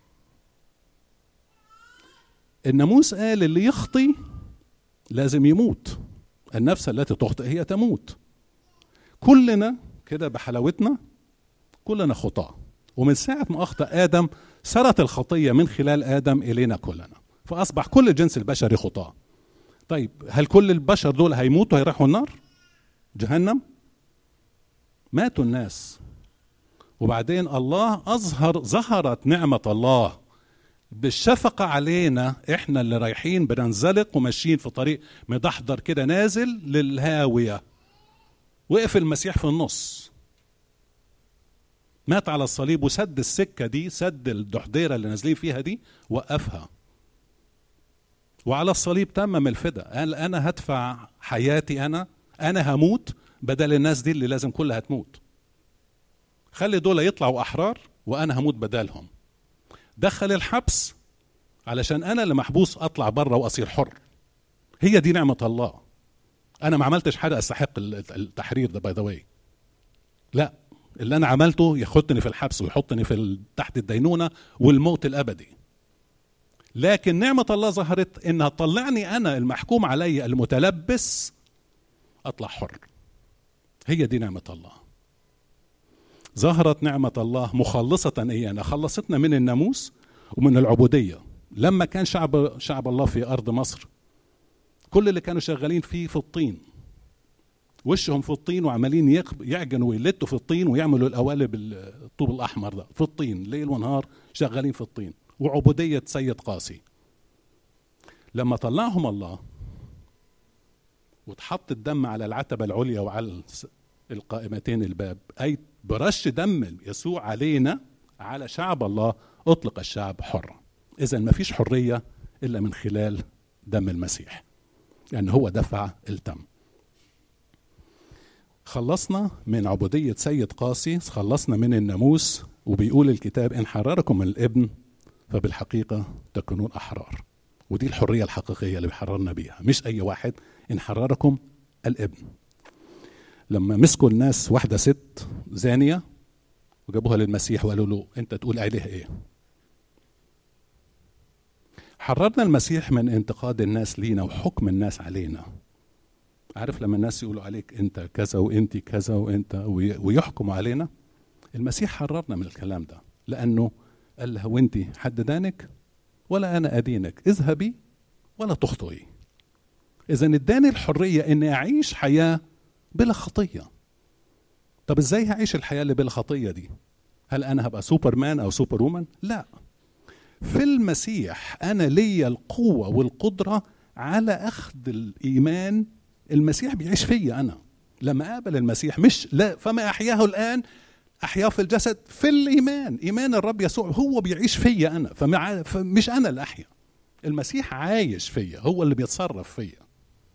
الناموس قال اللي يخطي لازم يموت، النفس التي تخطئ هي تموت. كلنا كده بحلاوتنا كلنا خطاة، ومن ساعة ما أخطأ آدم سرت الخطية من خلال آدم إلينا كلنا، فأصبح كل الجنس البشري خطاة. طيب هل كل البشر دول هيموتوا هيروحوا النار جهنم؟ ماتوا الناس، وبعدين الله ظهرت نعمة الله بالشفقة علينا إحنا اللي رايحين بننزلق وماشيين في طريق مدحضر كده نازل للهاوية. وقف المسيح في النص مات على الصليب وسد السكة دي، سد الدحديرة اللي نازلين فيها دي، وقفها. وعلى الصليب تمم الفداء، قال أنا هدفع حياتي، أنا هموت بدل الناس دي اللي لازم كلها تموت. خلي دول يطلعوا أحرار وأنا هموت بدلهم. دخل الحبس علشان أنا اللي محبوس أطلع بره وأصير حر. هي دي نعمة الله. أنا ما عملتش حاجة أستحق التحرير ده باي ذا واي. لا، اللي أنا عملته ياخدني في الحبس ويحطني في تحت الدينونة والموت الأبدي. لكن نعمة الله ظهرت إنها تطلعني أنا المحكوم علي المتلبس أطلع حر. هي دي نعمة الله. ظهرت نعمة الله مخلصة إيانا، خلصتنا من الناموس ومن العبودية. لما كان شعب الله في أرض مصر، كل اللي كانوا شغالين فيه في الطين، وشهم في الطين وعمالين يعجنوا ويلتوا في الطين ويعملوا القوالب الطوب الأحمر ده في الطين ليل ونهار، شغالين في الطين، وعبودية سيد قاسي. لما طلعهم الله وتحط الدم على العتبة العليا وعلى القائمتين الباب، أي برش دم يسوع علينا على شعب الله، أطلق الشعب حر. إذن ما فيش حرية إلا من خلال دم المسيح، لأن هو دفع الدم. خلصنا من عبودية سيد قاسي، خلصنا من الناموس. وبيقول الكتاب إن حرركم الابن فبالحقيقة تكونون أحرار. ودي الحرية الحقيقية اللي بيحررنا بيها، مش أي واحد. إن حرركم الابن. لما مسكوا الناس واحدة ست زانية وجابوها للمسيح وقالوا له أنت تقول عليها إيه؟ حررنا المسيح من انتقاد الناس لينا وحكم الناس علينا. عارف لما الناس يقولوا عليك أنت كذا وأنت كذا وأنت ويحكموا علينا، المسيح حررنا من الكلام ده، لأنه قال لها وأنت حد دانك ولا أنا أدينك، اذهبي ولا تخطئي. إذن اداني الحرية إني أعيش حياة بلا خطية. طب إزاي هعيش الحياة اللي بلا خطية دي؟ هل أنا هبقى سوبرمان أو سوبر وومن؟ لا، في المسيح أنا لي القوة والقدرة على أخذ الإيمان. المسيح بيعيش فيا أنا لما أقبل المسيح، مش لا فما أحياه الآن أحياه في الجسد، في الإيمان. إيمان الرب يسوع هو بيعيش فيا أنا، فمش أنا اللي أحيا، المسيح عايش فيا، هو اللي بيتصرف فيا.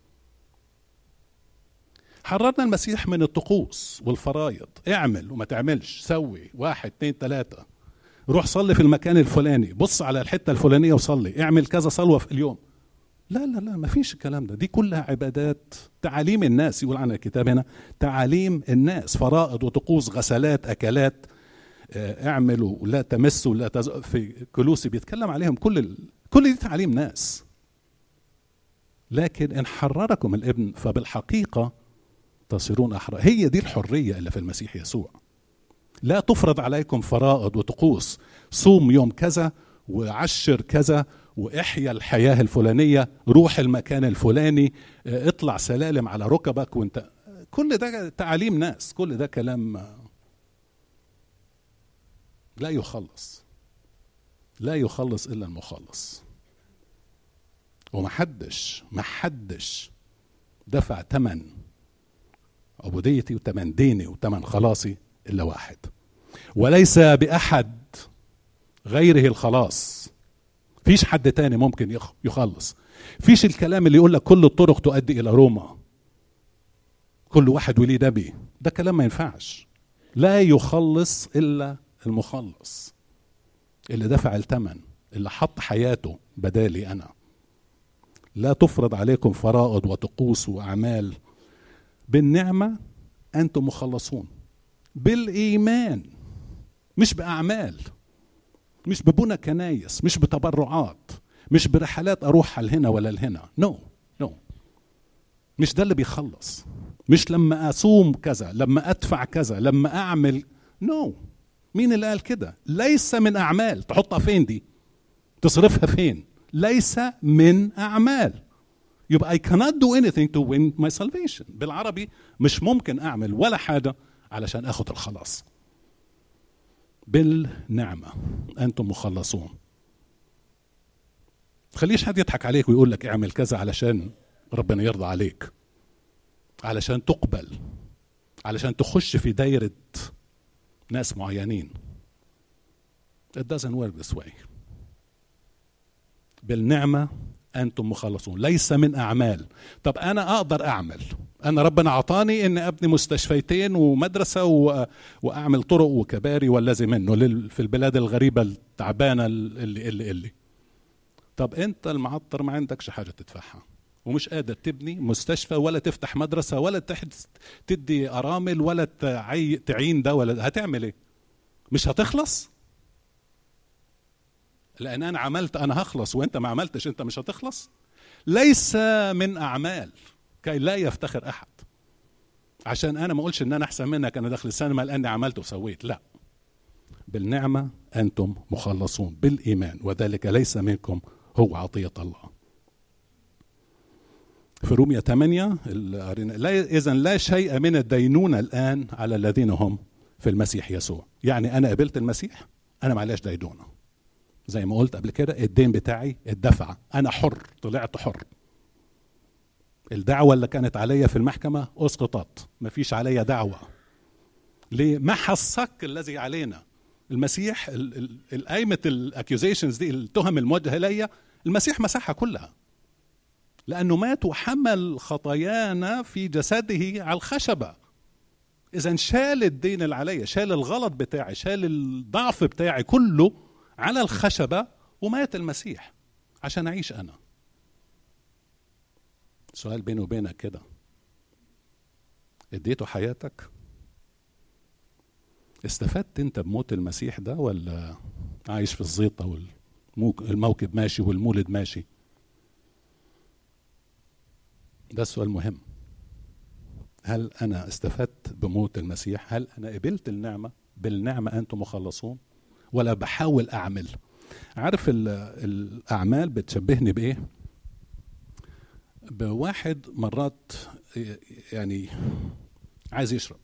حررنا المسيح من الطقوس والفرايض، اعمل وما تعملش، سوي 1 2 3، روح صلي في المكان الفلاني، بص على الحتة الفلانية وصلي، اعمل كذا صلوة في اليوم. لا لا لا، ما فيش الكلام ده. دي كلها عبادات، تعاليم الناس. يقول عنها الكتاب هنا تعاليم الناس، فرائض وطقوس، غسلات، أكلات، اعملوا ولا تمسوا ولا في كلوسي بيتكلم عليهم. كل دي تعاليم ناس. لكن إن حرركم الابن فبالحقيقة تصيرون أحرار. هي دي الحرية اللي في المسيح يسوع. لا تفرض عليكم فرائض وطقوس، صوم يوم كذا وعشر كذا واحيا الحياة الفلانية، روح المكان الفلاني، اطلع سلالم على ركبك وانت. كل ده تعاليم ناس، كل ده كلام لا يخلص. لا يخلص إلا المخلص. ومحدش دفع ثمن عبوديتي وثمن ديني وثمن خلاصي إلا واحد، وليس بأحد غيره الخلاص. فيش حد تاني ممكن يخلص. فيش الكلام اللي يقول لك كل الطرق تؤدي إلى روما، كل واحد وليه نبي، ده كلام ما ينفعش. لا يخلص إلا المخلص اللي دفع الثمن، اللي حط حياته بدالي أنا. لا تفرض عليكم فرائض وطقوس وأعمال، بالنعمة أنتم مخلصون بالإيمان، مش بأعمال، مش ببنى كنايس، مش بتبرعات، مش برحلات أروح لهنا ولا لهنا. نو مش ده اللي بيخلص. مش لما أصوم كذا، لما أدفع كذا، لما أعمل. نو. مين اللي قال كده؟ ليس من أعمال. تحطها فين دي؟ تصرفها فين؟ ليس من أعمال. يبقى I cannot do anything to win my salvation. بالعربي مش ممكن أعمل ولا حاجة علشان أخذ الخلاص. بالنعمة أنتم مخلصون. تخليش حد يضحك عليك ويقول لك اعمل كذا علشان ربنا يرضى عليك، علشان تقبل، علشان تخش في دايرة ناس معينين. It doesn't work this way. بالنعمة أنتم مخلصون، ليس من أعمال. طب أنا أقدر أعمل، أنا ربنا عطاني إن أبني مستشفيتين ومدرسة وأعمل طرق وكباري والذي منه في البلاد الغريبة التعبانة اللي. طب أنت المعطر ما عندكش حاجة تدفعها، ومش قادر تبني مستشفى ولا تفتح مدرسة ولا تدي أرامل ولا تعين ده، ولا هتعمل إيه؟ مش هتخلص؟ لأن أنا عملت أنا هخلص وأنت ما عملتش أنت مش هتخلص. ليس من أعمال كي لا يفتخر أحد، عشان أنا ما أقولش إن أنا أحسن منك أنا داخل السينما لأني عملت وسويت. لا، بالنعمة أنتم مخلصون بالإيمان، وذلك ليس منكم، هو عطية الله. في رومية 8 إذن لا شيء من الدينونة الآن على الذين هم في المسيح يسوع. يعني أنا قبلت المسيح، أنا معليش دينونة. زي ما قلت قبل كده، الدين بتاعي اتدفع، أنا حر، طلعت حر. الدعوة اللي كانت عليا في المحكمة أسقطت، مفيش عليا دعوة. ليه؟ محى الصك الذي علينا. المسيح القايمة الأكيوزيشنز دي، التهم الموجهة ليا، المسيح مسحها كلها، لأنه مات وحمل خطايانا في جسده على الخشبة. إذن شال الدين اللي عليا، شال الغلط بتاعي، شال الضعف بتاعي كله على الخشبة، ومات المسيح عشان أعيش أنا. سؤال بيني وبينك كده، اديته حياتك؟ استفدت انت بموت المسيح ده، ولا عايش في الزيطة والموكب ماشي والمولد ماشي؟ ده السؤال مهم. هل أنا استفدت بموت المسيح؟ هل أنا قبلت النعمة؟ بالنعمة أنتم مخلصون، ولا بحاول أعمل؟ عارف الأعمال بتشبهني بإيه؟ بواحد مرات يعني عايز يشرب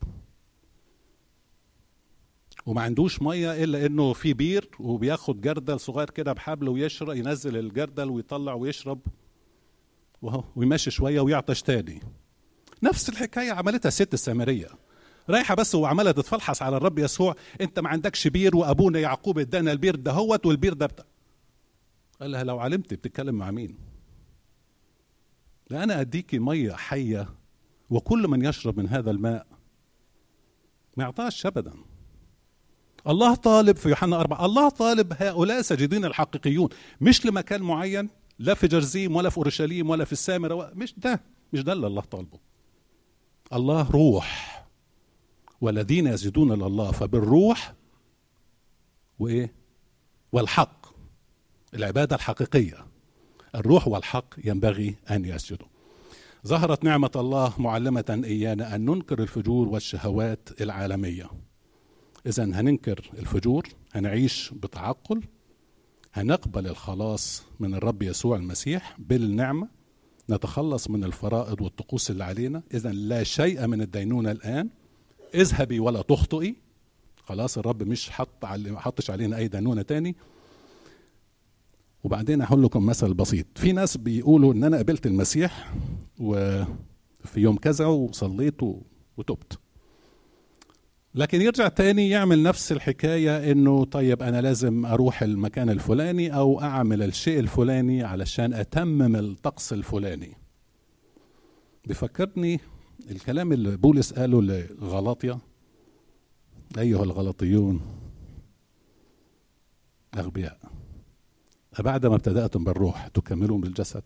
وما عندوش مية إلا إنه في بير، وبياخد جردل صغير كده بحبل ويشرب، ينزل الجردل ويطلع ويشرب ويمشي شوية ويعطش تاني. نفس الحكاية عملتها الست السامرية، رايحة بس وعمالة تتفلحص على الرب يسوع. انت ما عندكش بير، وابونا يعقوب ادانا البير ده هوت، والبير ده بتاع. قال لها لو علمت بتتكلم مع مين؟ لا، انا اديكي مية حية، وكل من يشرب من هذا الماء ما يعطاش ابدا. الله طالب في يوحنا 4، الله طالب هؤلاء ساجدين الحقيقيون، مش لمكان معين، لا في جرزيم ولا في اورشليم ولا في السامرة، مش ده اللي الله طالبه. الله روح، والذين يسجدون لله فبالروح وايه والحق. العبادة الحقيقية، الروح والحق ينبغي أن يسجدوا. ظهرت نعمة الله معلمة إيانا أن ننكر الفجور والشهوات العالمية. إذن هننكر الفجور، هنعيش بتعقل، هنقبل الخلاص من الرب يسوع المسيح بالنعمة، نتخلص من الفرائض والطقوس اللي علينا. إذن لا شيء من الدينونة الآن، اذهبي ولا تخطئي. خلاص الرب مش حطش علينا أي دينونة تاني. وبعدين أقول لكم مثل بسيط. في ناس بيقولوا إن أنا قبلت المسيح وفي يوم كذا وصليت وتبت، لكن يرجع تاني يعمل نفس الحكاية، إنه طيب أنا لازم أروح المكان الفلاني أو أعمل الشيء الفلاني علشان أتمم الطقس الفلاني. بيفكرني الكلام اللي بولس قاله لغلاطيا: أيها الغلاطيون أغبياء، أبعد ما ابتدأتم بالروح تكملون بالجسد.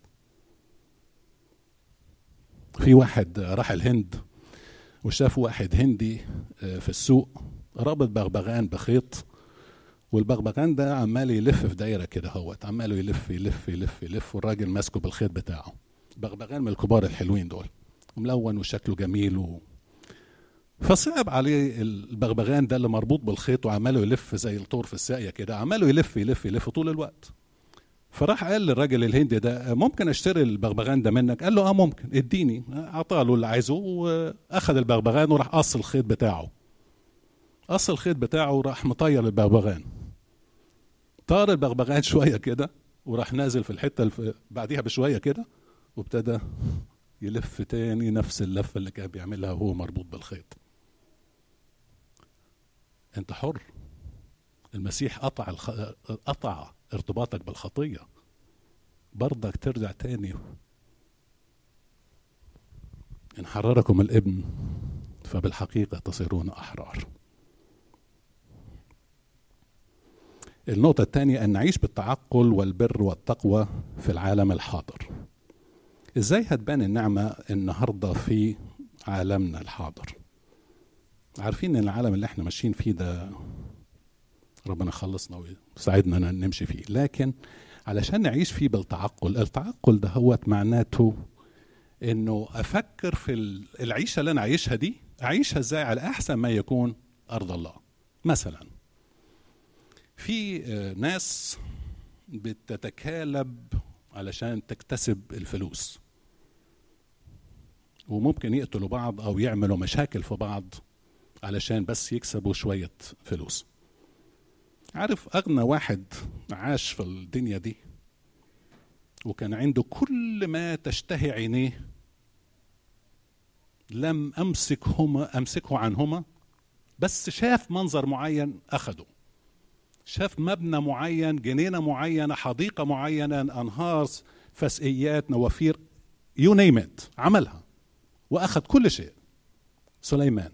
في واحد راح الهند وشاف واحد هندي في السوق رابط بغبغان بخيط، والبغبغان ده عمال يلف في دايرة كده هوت، عماله يلف يلف يلف يلف، والراجل ماسكه بالخيط بتاعه. بغبغان من الكبار الحلوين دول، وملون وشكله جميل فصعب عليه البغبغان ده اللي مربوط بالخيط وعماله يلف زي الطور في الساقية كده، عماله يلف يلف يلف طول الوقت. فراح قال للراجل الهندي ده: ممكن اشتري البغبغان ده منك؟ قال له ممكن، اديني. اعطاله اللي عايزه واخذ البغبغان وراح قص الخيط بتاعه وراح مطير البغبغان. طار البغبغان شوية كده وراح نازل في الحتة بعديها بشوية كده، وابتدى يلف تاني نفس اللفة اللي كان بيعملها وهو مربوط بالخيط. انت حر. المسيح قطع ارتباطك بالخطية، برضك ترجع تاني. إن حرركم الابن فبالحقيقة تصيرون أحرار. النقطة الثانية أن نعيش بالتعقل والبر والتقوى في العالم الحاضر. إزاي هتبان النعمة النهاردة في عالمنا الحاضر؟ عارفين أن العالم اللي احنا ماشيين فيه ده ربنا خلصنا ويساعدنا نمشي فيه، لكن علشان نعيش فيه بالتعقل، التعقل ده هو معناته انه افكر في العيشة اللي انا عايشها دي، اعيشها ازاي على احسن ما يكون ارض الله. مثلا في ناس بتتكالب علشان تكتسب الفلوس، وممكن يقتلوا بعض او يعملوا مشاكل في بعض علشان بس يكسبوا شوية فلوس. عارف اغنى واحد عاش في الدنيا دي وكان عنده كل ما تشتهي عينيه، لم امسكه عنهما، بس شاف منظر معين اخده، شاف مبنى معين، جنينة معينة، حديقة معينة، انهار، فسقيات، نوافير، يو نيم ات، عملها واخد كل شيء. سليمان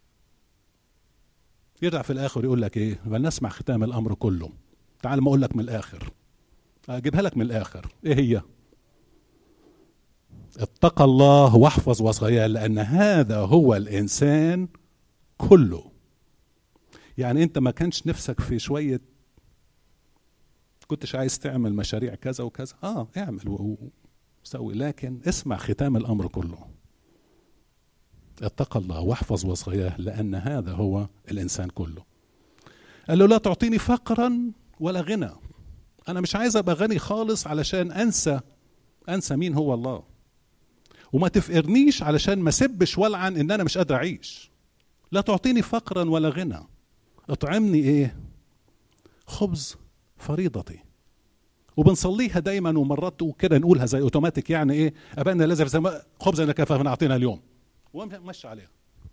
يرجع في الاخر يقول لك ايه؟ فلنسمع ختام الامر كله. تعال ما اقول لك من الاخر، اجيبها لك من الاخر. ايه هي؟ اتق الله واحفظ وصاياه لان هذا هو الانسان كله. يعني انت ما كانش نفسك في شوية، كنتش عايز تعمل مشاريع كذا وكذا، اعمل وسوي، لكن اسمع ختام الامر كله. اتق الله واحفظ وصاياه لان هذا هو الانسان كله. قال له لا تعطيني فقرا ولا غنى. انا مش عايز ابقى غني خالص علشان انسى مين هو الله، وما تفقرنيش علشان ما سبش ولعن ان انا مش قادر اعيش. لا تعطيني فقرا ولا غنى، اطعمني ايه؟ خبز فريضتي. وبنصليها دايما ومرات وكده نقولها زي اوتوماتيك، يعني ايه؟ ابانا الذي في السماء خبزنا كفافنا اعطينا اليوم، ومشي عليها.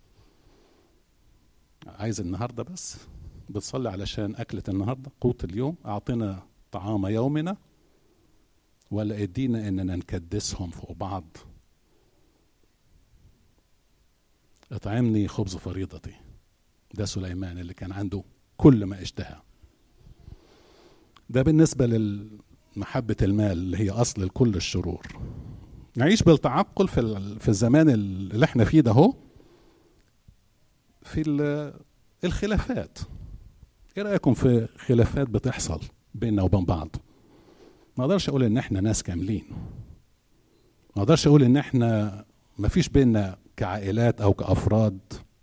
عايز النهارده بس بتصلي علشان اكلة النهارده، قوت اليوم، اعطينا طعام يومنا، ولا ادينا اننا نكدسهم فوق بعض. اطعمني خبز فريضتي. ده سليمان اللي كان عنده كل ما اشتهى. ده بالنسبة لمحبة المال اللي هي اصل لكل الشرور. نعيش بالتعقل في الزمان اللي احنا فيه ده هو، في الخلافات. ايه رأيكم في خلافات بتحصل بيننا وبين بعض؟ ما اقدرش اقول ان احنا ناس كاملين، ما اقدرش اقول ان احنا ما فيش بيننا كعائلات او كافراد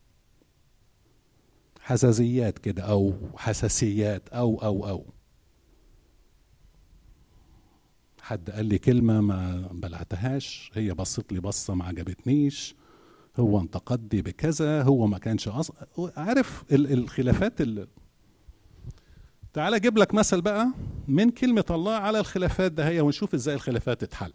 حساسيات كده او حساسيات او حد قال لي كلمة ما بلعتهاش، هي بصت لي بصة ما عجبتنيش، هو انتقدني بكذا، هو ما كانش عارف الخلافات تعال اجيب لك مثل بقى من كلمة الله على الخلافات ده هي، ونشوف ازاي الخلافات تتحل.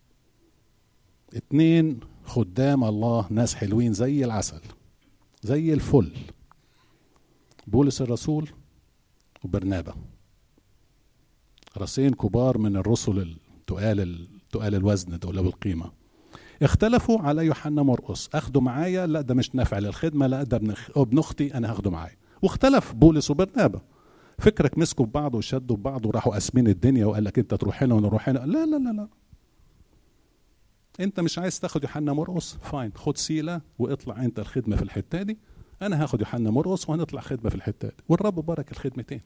2 خدام الله ناس حلوين زي العسل زي الفل، بولس الرسول وبرنابا، راسين كبار من الرسل تقال الوزن دول بالقيمة. اختلفوا على يوحنا مرقس، اخده معايا، لا ده مش نافع للخدمة، لا ده ابن اختي انا هاخده معايا. واختلف بولس وبرنابا، فكرك مسكوا ببعض وشدوا ببعض وراحوا قاسمين الدنيا وقال لك انت تروح هنا وانا اروح هنا. لا لا لا لا، انت مش عايز تاخد يوحنا مرقس، فاين، خد سيلة واطلع انت الخدمة في الحتة دي، انا هاخد يوحنا مرقس وهنطلع خدمة في الحتة دي، والرب بارك الخدمتين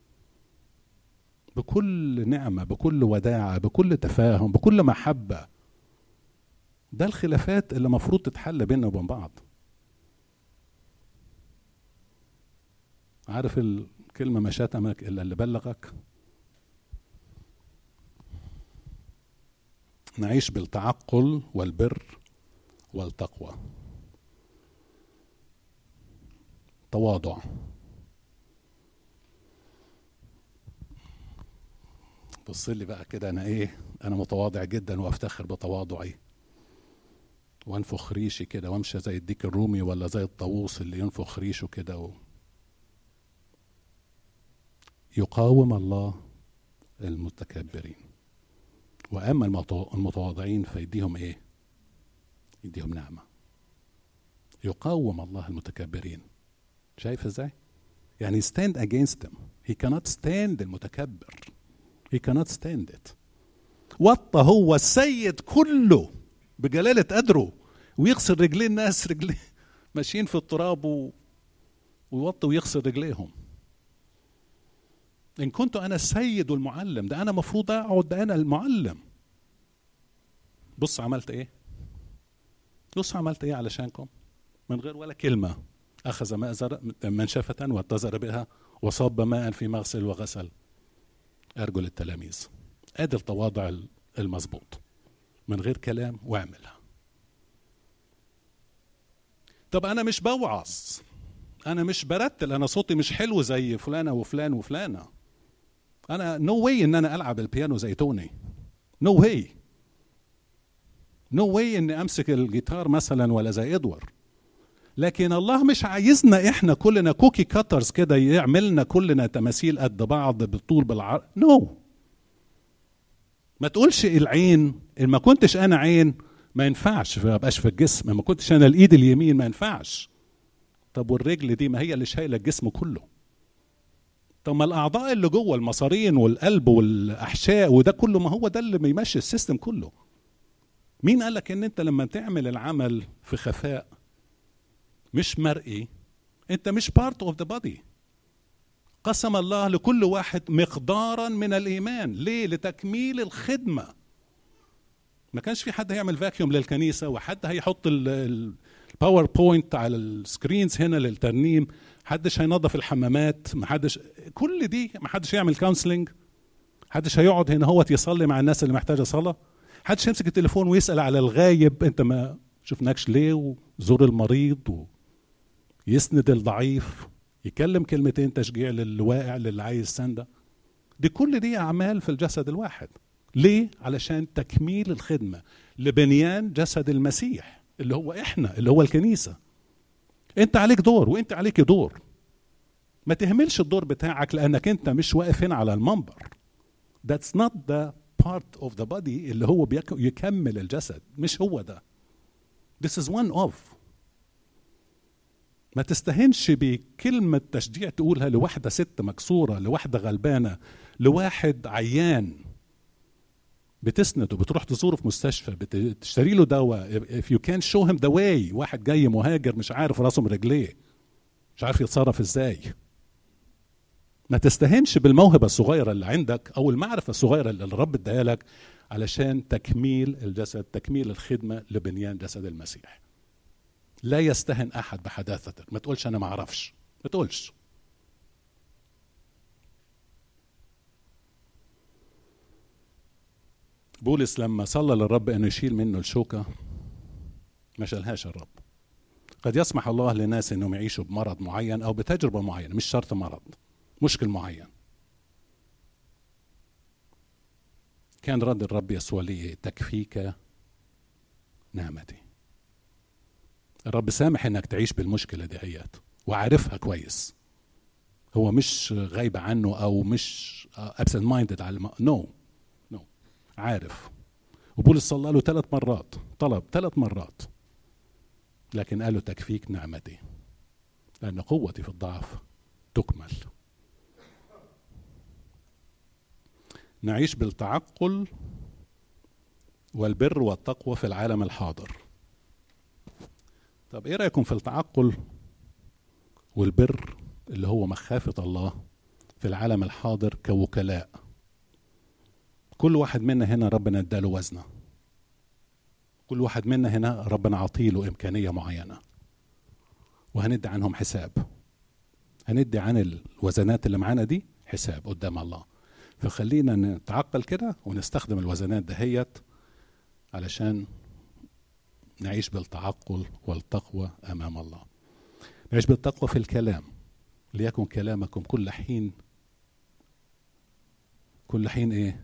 بكل نعمة، بكل وداعة، بكل تفاهم، بكل محبة. ده الخلافات اللي مفروض تتحل بيننا وبين بعض. عارف الكلمة ما شتمك إلا اللي بلغك. نعيش بالتعقل والبر والتقوى. تواضع. بص لي بقى كده، انا متواضع جدا وافتخر بتواضعي وانفخ ريشي كده وامشي زي الديك الرومي ولا زي الطاووس اللي ينفخ ريشه كده يقاوم الله المتكبرين، وأما المتواضعين فيديهم إيه؟ يديهم نعمة. يقاوم الله المتكبرين. شايف إزاي؟ يعني stand against them. He cannot stand المتكبر. He cannot stand it. وطى هو السيد كله بجلالة قدره ويغسل رجلين الناس، رجلين ماشيين في التراب ويوطي ويغسل رجليهم. إن كنت أنا السيد والمعلم، ده أنا مفروض أقعد، ده أنا المعلم. بص عملت إيه؟ بص عملت إيه علشانكم؟ من غير ولا كلمة. أخذ منشفة واتزر بها وصب ماء في مغسل وغسل أرجل التلاميذ. ادي التواضع المظبوط، من غير كلام واعملها. طب انا مش بوعظ، انا مش برتل، انا صوتي مش حلو زي فلانه وفلان وفلانه، انا نو واي ان انا العب البيانو زي توني، نو واي، نو واي اني امسك الجيتار مثلا ولا زي ادوار. لكن الله مش عايزنا احنا كلنا كوكي كاترز كده، يعملنا كلنا تماثيل قد بعض بالطول بالعرض. نو، ما تقولش العين، ان ما كنتش انا عين ما ينفعش ما ابقاش في الجسم، ما كنتش انا الايد اليمين ما ينفعش. طب والرجل دي ما هي اللي شايله الجسم كله. طب ما الاعضاء اللي جوه، المصارين والقلب والاحشاء وده كله، ما هو ده اللي بيمشي السيستم كله. مين قالك ان انت لما تعمل العمل في خفاء مش مرئي انت مش part of the body؟ قسم الله لكل واحد مقدارا من الايمان. ليه؟ لتكميل الخدمه. ما كانش في حد هيعمل فاكيوم للكنيسه، وحد هيحط الباوربوينت على السكرينز هنا للترنيم، محدش هينظف الحمامات، محدش، كل دي محدش هيعمل كونسلنج، محدش هيقعد هنا هو يصلي مع الناس اللي محتاجه صلاه، محدش يمسك التليفون ويسال على الغايب انت ما شفناكش ليه، وزور المريض ويسند الضعيف، يكلم كلمتين تشجيع للي واقع للي عايز سنده. دي كل دي اعمال في الجسد الواحد. ليه؟ علشان تكميل الخدمه لبنيان جسد المسيح اللي هو احنا، اللي هو الكنيسه. انت عليك دور وانت عليك دور. ما تهملش الدور بتاعك لانك انت مش واقف هنا على المنبر. That's not the part of the body اللي هو يكمل الجسد، مش هو ده. This is one of. ما تستهنش بكلمة تشجيع تقولها لواحدة ست مكسورة، لواحدة غلبانة، لواحد عيان بتسنده، بتروح تزوره في مستشفى، بتشتري له دواء. if you can't show him the way، واحد جاي مهاجر مش عارف راسه من رجليه، مش عارف يتصرف ازاي. ما تستهنش بالموهبة الصغيرة اللي عندك او المعرفة الصغيرة اللي الرب اداها لك علشان تكميل الجسد، تكميل الخدمة لبنيان جسد المسيح. لا يستهن احد بحداثتك. ما تقولش انا ما اعرفش، ما تقولش. بولس لما صلى للرب انه يشيل منه الشوكة ما شالهاش الرب. قد يسمح الله لناس انهم يعيشوا بمرض معين او بتجربة معينة، مش شرط مرض، مشكل معين. كان رد الرب يسوع لي تكفيك نعمتي. الرب سامح انك تعيش بالمشكلة دي هيات وعارفها كويس. هو مش غايب عنه او مش absent minded على نو عارف. وبولس صلى له 3 مرات، طلب 3 مرات، لكن قال له تكفيك نعمتي لأن قوتي في الضعف تكمل. نعيش بالتعقل والبر والتقوى في العالم الحاضر. طب ايه رأيكم في التعقل والبر اللي هو مخافة الله في العالم الحاضر كوكلاء؟ كل واحد منا هنا ربنا اداله وزنه، كل واحد منا هنا ربنا عطيله إمكانية معينة، وهندي عنهم حساب. هندي عن الوزنات اللي معانا دي حساب قدام الله. فخلينا نتعقل كده ونستخدم الوزنات دهيت علشان نعيش بالتعقل والتقوى أمام الله. نعيش بالتقوى في الكلام. ليكن كلامكم كل حين ايه؟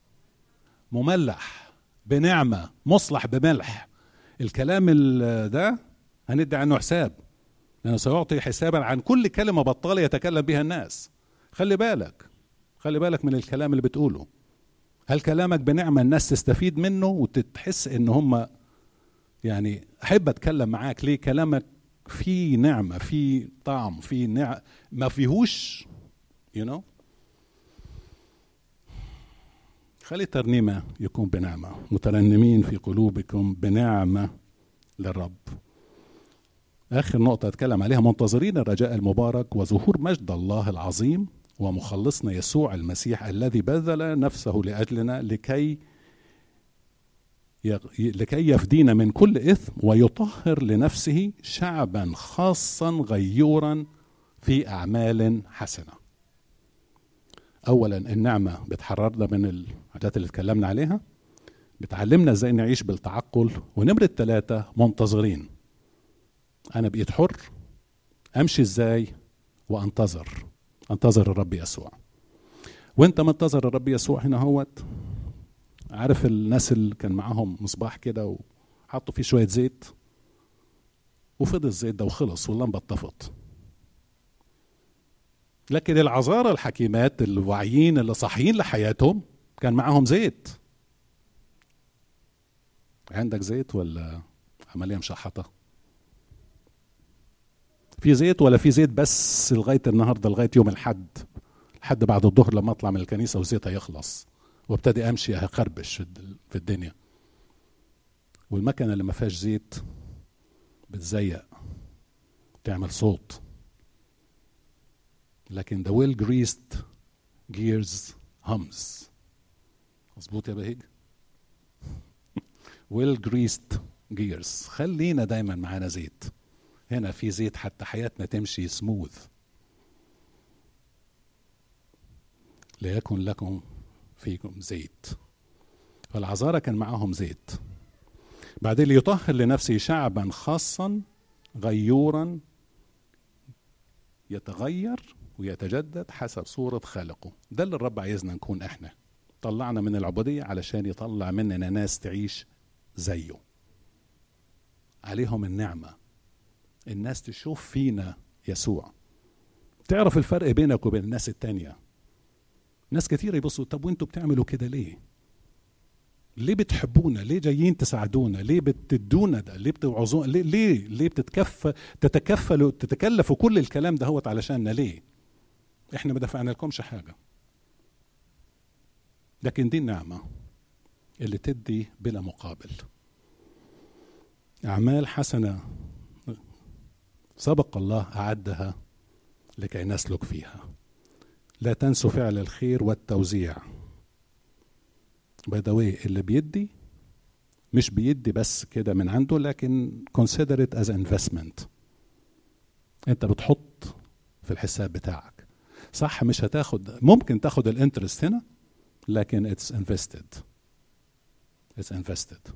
مملح بنعمة، مصلح بملح. الكلام ده هندي عنه حساب، لأنه سيعطي حسابا عن كل كلمة بطالة يتكلم بها الناس. خلي بالك من الكلام اللي بتقوله. هل كلامك بنعمة الناس تستفيد منه وتتحس ان هم يعني احب اتكلم معاك ليه؟ كلامك فيه نعمة، فيه طعم، فيه ما فيهوش خلي الترنيمة يكون بنعمة، مترنمين في قلوبكم بنعمة للرب. آخر نقطة أتكلم عليها، منتظرين الرجاء المبارك وظهور مجد الله العظيم ومخلصنا يسوع المسيح الذي بذل نفسه لأجلنا لكي يفدينا من كل إثم ويطهر لنفسه شعبا خاصا غيورا في أعمال حسنة. أولا النعمة بتحررنا من الحاجات اللي اتكلمنا عليها، بتعلمنا ازاي نعيش بالتعقل. ونمرة 3 منتظرين، أنا بقيت حر أمشي ازاي وأنتظر الرب يسوع. وانت منتظر الرب يسوع هنا هوت، عارف الناس اللي كان معاهم مصباح كده وحطوا فيه شوية زيت وفضل الزيت ده وخلص واللمبة اتطفت، لكن العذارى الحكيمات الواعيين اللي صاحيين لحياتهم كان معاهم زيت. عندك زيت ولا عملية مشحطة؟ في زيت ولا في زيت بس لغاية النهاردة، لغاية يوم الحد بعد الظهر لما اطلع من الكنيسة والزيت هيخلص وابتدي امشي هخربش في الدنيا. والمكنة اللي ما فيهاش زيت بتزيق تعمل صوت، لكن the well greased gears hums. مظبوط يا بهيج؟ well greased gears. خلينا دايما معانا زيت، هنا في زيت حتى حياتنا تمشي سموث. ليكن لكم فيكم زيت. فالعذارى كان معاهم زيت. بعدين ليطهر لنفسه شعبا خاصا غيورا يتغير ويتجدد حسب صورة خالقه. ده اللي الرب عايزنا نكون احنا. طلعنا من العبودية علشان يطلع مننا ناس تعيش زيه، عليهم النعمة. الناس تشوف فينا يسوع، تعرف الفرق بينك وبين الناس التانية. ناس كتير يبصوا طب وانتوا بتعملوا كده ليه؟ ليه بتحبونا؟ ليه جايين تساعدونا؟ ليه بتدونا ده؟ ليه بتوعظونا؟ ليه تتكلفوا كل الكلام ده هوت علشاننا ليه؟ احنا ما دفعنا لكمش حاجة. لكن دي النعمة اللي تدي بلا مقابل. أعمال حسنة سبق الله أعدها لكي نسلك فيها. لا تنسوا فعل الخير والتوزيع. by the way اللي بيدي مش بيدي بس كده من عنده، لكن consider it as investment. انت بتحط في الحساب بتاعك. صح مش هتاخد، ممكن تاخد الانترست هنا، لكن it's invested.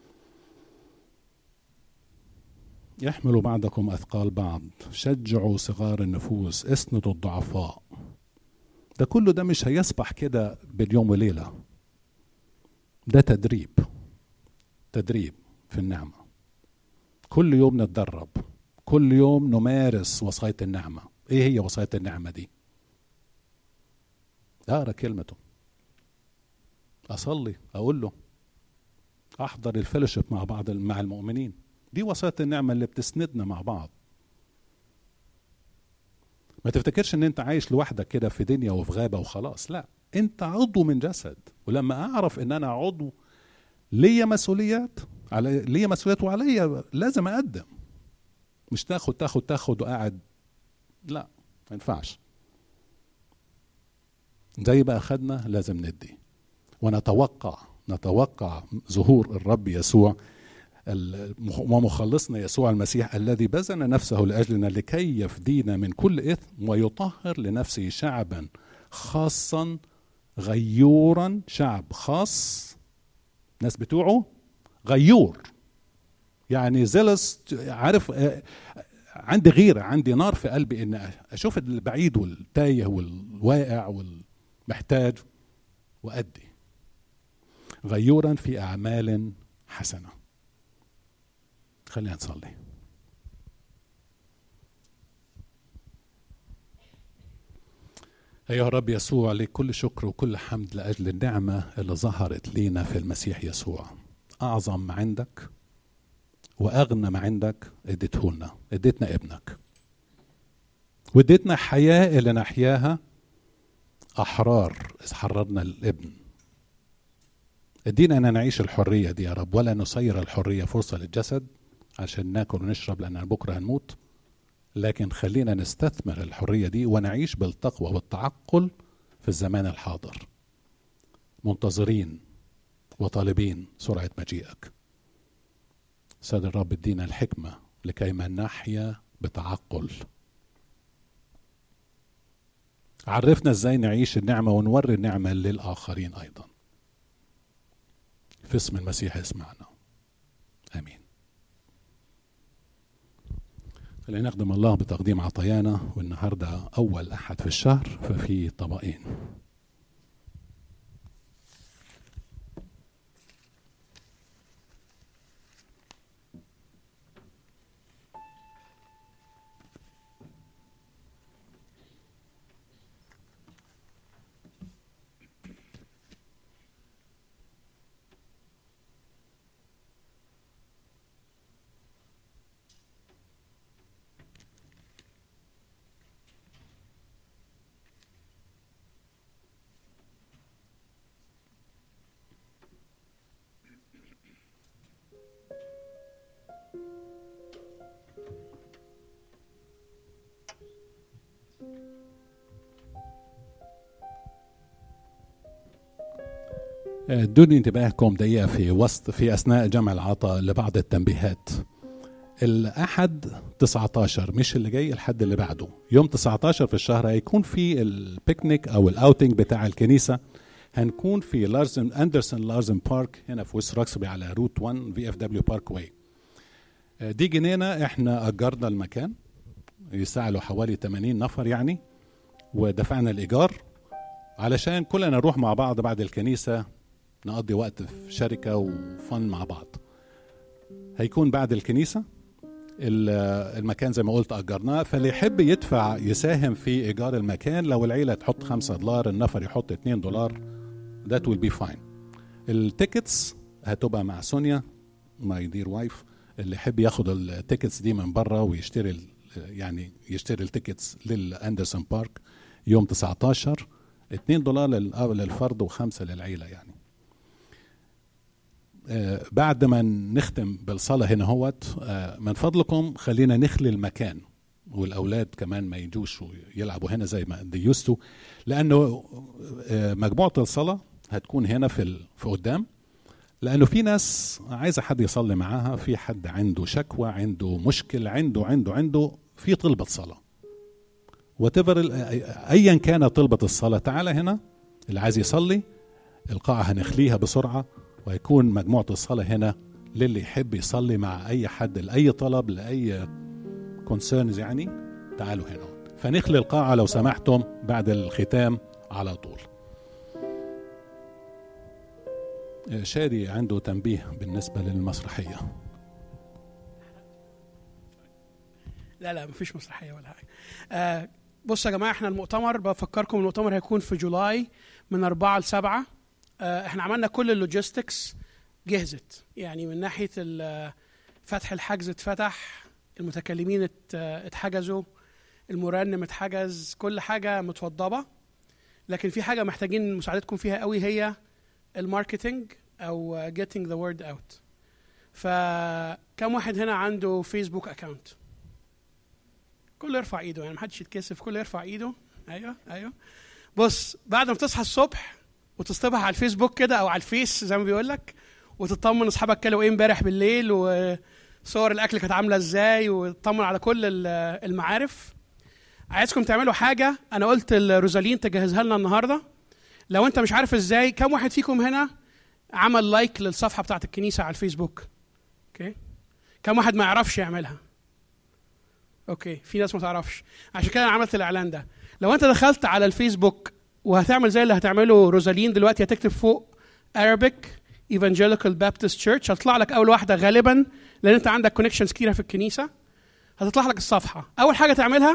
يحملوا بعضكم أثقال بعض، شجعوا صغار النفوس، اسندوا الضعفاء. ده كله ده مش هيصبح كده باليوم وليلة، ده تدريب في النعمة. كل يوم نتدرب، كل يوم نمارس وصاية النعمة. ايه هي وصاية النعمة دي؟ اقرأ كلمته، اصلي، اقول له، احضر الفellowship مع بعض مع المؤمنين. دي وصاية النعمة اللي بتسندنا مع بعض. ما تفتكرش ان انت عايش لوحدك كده في دنيا وفي غابة وخلاص، لا، انت عضو من جسد. ولما اعرف ان انا عضو ليا مسؤوليات وعليا لازم اقدم. مش تاخد وقاعد، لا ما ينفعش. زي بقى خدنا لازم ندي. ونتوقع ظهور الرب يسوع ومخلصنا يسوع المسيح الذي بذل نفسه لأجلنا لكي يفدينا من كل إثم ويطهر لنفسه شعبا خاصا غيورا. شعب خاص، ناس بتوعه غيور، يعني زلس. عارف، عندي غيرة، عندي نار في قلبي ان اشوف البعيد والتايه والواقع والمحتاج وأدي. غيورا في أعمال حسنة. خلينا نصلي. أيها الرب يسوع، لك كل شكر وكل حمد لأجل النعمة اللي ظهرت لينا في المسيح يسوع. أعظم ما عندك وأغنى ما عندك اديته لنا، اديتنا ابنك واديتنا حياة اللي نحياها أحرار إذ حررنا الابن. ادينا أن نعيش الحرية دي يا رب، ولا نصير الحرية فرصة للجسد عشان ناكل ونشرب لأن بكرة هنموت، لكن خلينا نستثمر الحرية دي ونعيش بالتقوى والتعقل في الزمان الحاضر، منتظرين وطالبين سرعة مجيئك. سيد الرب ادينا الحكمة لكي ما نحيا بتعقل. عرفنا ازاي نعيش النعمة ونوري النعمة للآخرين أيضا. في اسم المسيح اسمعنا، آمين. خلينا نخدم الله بتقديم عطايانا، والنهاردة أول أحد في الشهر ففي طبقين. دوني انتباهكم دقيقة في أثناء جمع العطاء لبعض التنبيهات. الأحد 19 مش اللي جاي، الحد اللي بعده يوم 19 في الشهر هيكون في البيكنيك أو الأوتينج بتاع الكنيسة. هنكون في أندرسون لارزن بارك هنا في ويست روكسبي على روت 1 VFW بارك واي. دي جنينة احنا أجرنا المكان، يساعلوا حوالي 80 نفر يعني، ودفعنا الإيجار علشان كلنا نروح مع بعض بعد الكنيسة نقضي وقت في شركة وفن مع بعض. هيكون بعد الكنيسة المكان زي ما قلت أجرناه، فاللي يحب يدفع يساهم في إيجار المكان. لو العيلة تحط $5، النفر يحط $2، that will be fine. التيكتس هتبقى مع سونيا my dear wife. اللي يحب ياخد التيكتس دي من بره ويشتري يشتري التيكتس للأندرسون بارك يوم 19، $2 للفرد و5 للعيلة يعني. بعد ما نختم بالصلاة هنا هوت، من فضلكم خلينا نخلي المكان، والأولاد كمان ما يجوش ويلعبوا هنا زي ما ديوستوا، لأنه مجموعة الصلاة هتكون هنا في قدام، لأنه في ناس عايزة حد يصلي معاها، في حد عنده شكوى، عنده مشكلة، عنده في طلبة صلاة whatever أيا كان طلبة الصلاة. تعالى هنا، اللي عايز يصلي القاعة هنخليها بسرعة، ويكون مجموعة الصلاة هنا للي يحب يصلي مع أي حد لأي طلب لأي concerns يعني. تعالوا هنا فنخلي القاعة لو سمحتم بعد الختام على طول. شادي عنده تنبيه بالنسبة للمسرحية. لا مفيش مسرحية ولا حاجة. بصوا يا جماعة، احنا المؤتمر بفكركم المؤتمر هيكون في جولاي من 4 ل7. احنا عملنا كل اللوجيستكس جهزت، يعني من ناحية فتح الحجز اتفتح، المتكلمين اتحجزوا، المرنم اتحجز، كل حاجة متوضبة. لكن في حاجة محتاجين مساعدتكم فيها قوي، هي الماركتينج أو getting the word out. فكم واحد هنا عنده فيسبوك أكاونت؟ كله يرفع ايده، يعني محدش يتكسف، كله يرفع ايده. ايوه. بص، بعد ما تصحى الصبح وتصطبح على الفيسبوك كده او على الفيس زي ما بيقول لك، وتطمن اصحابك كلوا ايه امبارح بالليل، وصور الاكل كانت عامله ازاي، وتطمن على كل المعارف. عايزكم تعملوا حاجه انا قلت لروزالين تجهزها لنا النهارده. لو انت مش عارف ازاي، كم واحد فيكم هنا عمل لايك للصفحه بتاعه الكنيسه على الفيسبوك؟ اوكي. كم واحد ما يعرفش يعملها؟ اوكي، في ناس ما تعرفش، عشان كده انا عملت الاعلان ده. لو انت دخلت على الفيسبوك وهتعمل زي اللي هتعمله روزالين دلوقتي، هتكتب فوق Arabic Evangelical Baptist Church، هتطلع لك اول واحده غالبا، لان انت عندك كونكشنز كتيره في الكنيسه. هتطلع لك الصفحه، اول حاجه تعملها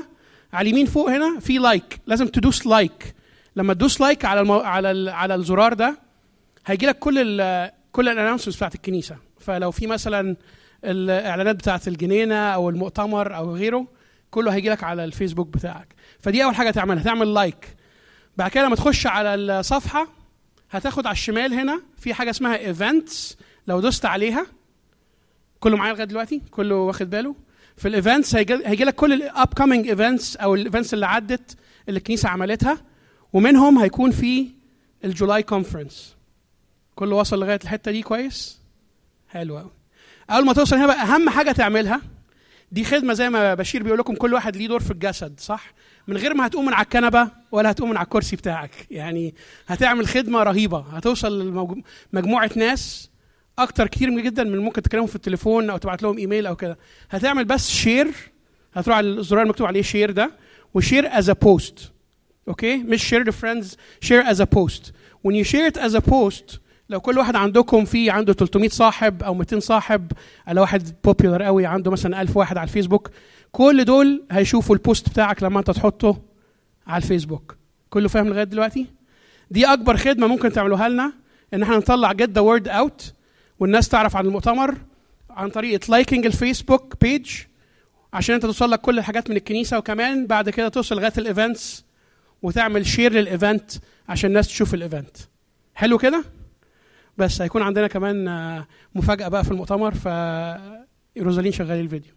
على اليمين فوق هنا في لايك، لازم تدوس لايك. لما تدوس لايك على الزرار ده هيجي لك كل الانونسمنتس بتاعت الكنيسه. فلو في مثلا الاعلانات بتاعت الجنينه او المؤتمر او غيره كله هيجي لك على الفيسبوك بتاعك. فدي اول حاجه تعملها، تعمل لايك. بعد كده لما تخش على الصفحه هتاخد على الشمال هنا في حاجه اسمها ايفنتس. لو دوست عليها، كله معايا لغايه دلوقتي؟ كله واخد باله؟ في الايفنتس هيجي لك كل الاب كامينج ايفنتس او الايفنتس اللي عدت اللي الكنيسه عملتها، ومنهم هيكون في الجولاي كونفرنس. كله وصل لغايه الحته دي كويس؟ حلو قوي. اول ما توصل هنا بقى اهم حاجه تعملها، دي خدمه زي ما بشير بيقول لكم كل واحد ليه دور في الجسد، صح؟ من غير ما هتقوم من على الكنبه ولا هتقوم من على الكرسي بتاعك، يعني هتعمل خدمه رهيبه، هتوصل لمجموعه ناس اكتر كتير جدا من ممكن تكلمهم في التليفون او تبعت لهم ايميل او كده. هتعمل بس شير، هتروح على الزرار المكتوب عليه شير ده، وشير از ا بوست. اوكي؟ مش شير تو فريندز، شير از ا بوست. when you share it as a post، لو كل واحد عندكم عنده 300 صاحب او 200 صاحب، على واحد بوبيولار قوي عنده مثلا 1000 واحد على الفيسبوك، كل دول هيشوفوا البوست بتاعك لما انت تحطه على الفيسبوك. كله فاهم لغايه دلوقتي؟ دي اكبر خدمه ممكن تعملوها لنا، ان احنا نطلع get the word out والناس تعرف عن المؤتمر عن طريقه لايكنج الفيسبوك بيج، عشان انت توصل لك كل الحاجات من الكنيسه، وكمان بعد كده توصل لغايه الايفنتس وتعمل شير للايفنت عشان الناس تشوف الايفنت. حلو كده؟ بس هيكون عندنا كمان مفاجاه بقى في المؤتمر، روزالين شغالين الفيديو.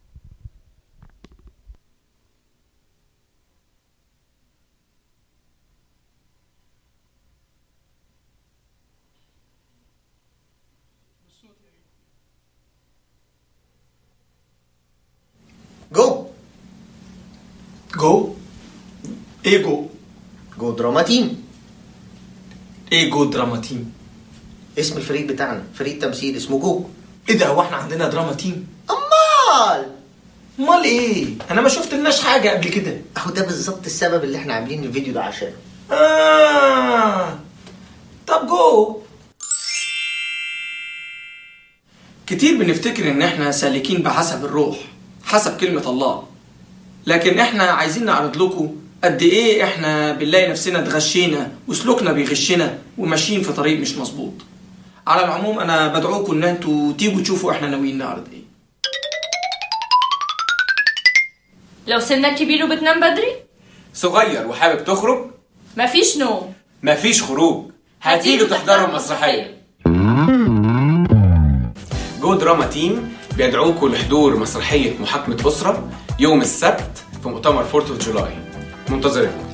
جو ايه جو دراما تيم. ايه جو دراما تيم؟ اسم الفريق بتاعنا، فريق تمثيل اسمه جو. ايه ده، هو احنا عندنا دراما تيم؟ امال ايه؟ انا ما شفت لناش حاجه قبل كده. اهو ده بالظبط السبب اللي احنا عاملين الفيديو ده عشانه. طب جو، كتير بنفتكر ان احنا سالكين بحسب الروح، حسب كلمه الله، لكن احنا عايزين نعرض لكم قد ايه احنا بنلاقي نفسنا اتغشينا وسلوكنا بيغشنا وماشيين في طريق مش مظبوط. على العموم انا بدعوكم ان انتوا تيجوا تشوفوا احنا ناويين نعرض ايه. لو سنك كبير وبتنام بدري، صغير وحابب تخرج، مفيش نوم، مفيش خروج، هتيجوا تحضروا المسرحيه. جو دراما تيم بيدعوكم لحضور مسرحيه محاكمه اسره يوم السبت في مؤتمر 4 جولاي. منتظركم.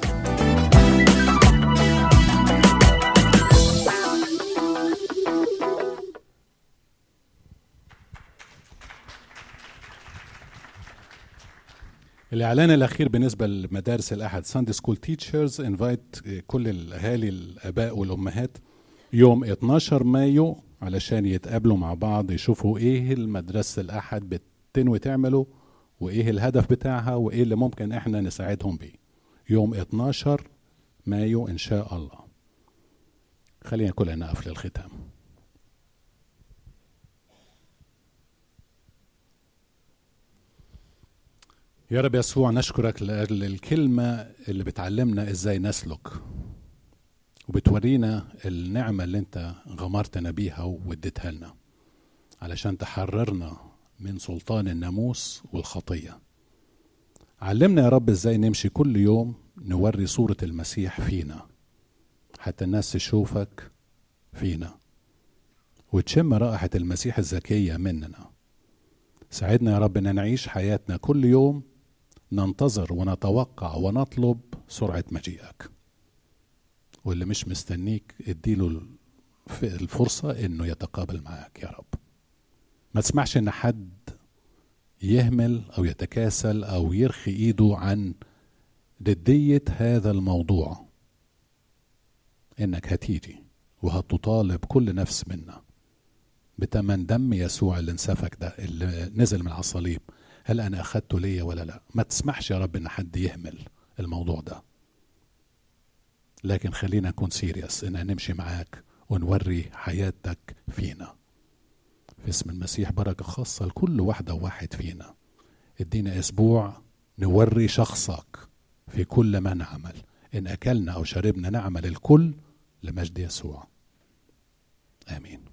الإعلان الأخير بالنسبة لمدارس الأحد Sunday School Teachers invite كل الأهالي الآباء والأمهات يوم 12 مايو علشان يتقابلوا مع بعض، يشوفوا إيه المدرسة الأحد بتنوي تعمله وإيه الهدف بتاعها وإيه اللي ممكن إحنا نساعدهم بيه. يوم 12 مايو إن شاء الله. خلينا كلنا نقف للختام. يا رب يسوع، نشكرك لأجل الكلمة اللي بتعلمنا إزاي نسلك وبتورينا النعمة اللي انت غمرتنا بيها واديتها لنا علشان تحررنا من سلطان الناموس والخطية. علمنا يا رب ازاي نمشي كل يوم نوري صورة المسيح فينا حتى الناس تشوفك فينا وتشم رائحة المسيح الزكية مننا. ساعدنا يا رب ان نعيش حياتنا كل يوم ننتظر ونتوقع ونطلب سرعة مجيئك، واللي مش مستنيك اديله الفرصة انه يتقابل معاك يا رب. ما تسمحش ان حد يهمل او يتكاسل او يرخي ايده عن جدية هذا الموضوع، انك هتيجي وهتطالب كل نفس منا بتمن دم يسوع اللي انسفك ده، اللي نزل من على الصليب. هل انا اخدته ليا ولا لا؟ ما تسمحش يا رب ان حد يهمل الموضوع ده، لكن خلينا نكون سيريس ان نمشي معاك ونوري حياتك فينا. في اسم المسيح بركة خاصة لكل واحدة وواحد فينا. ادينا اسبوع نوري شخصك في كل ما نعمل، إن أكلنا أو شربنا نعمل الكل لمجد يسوع. آمين.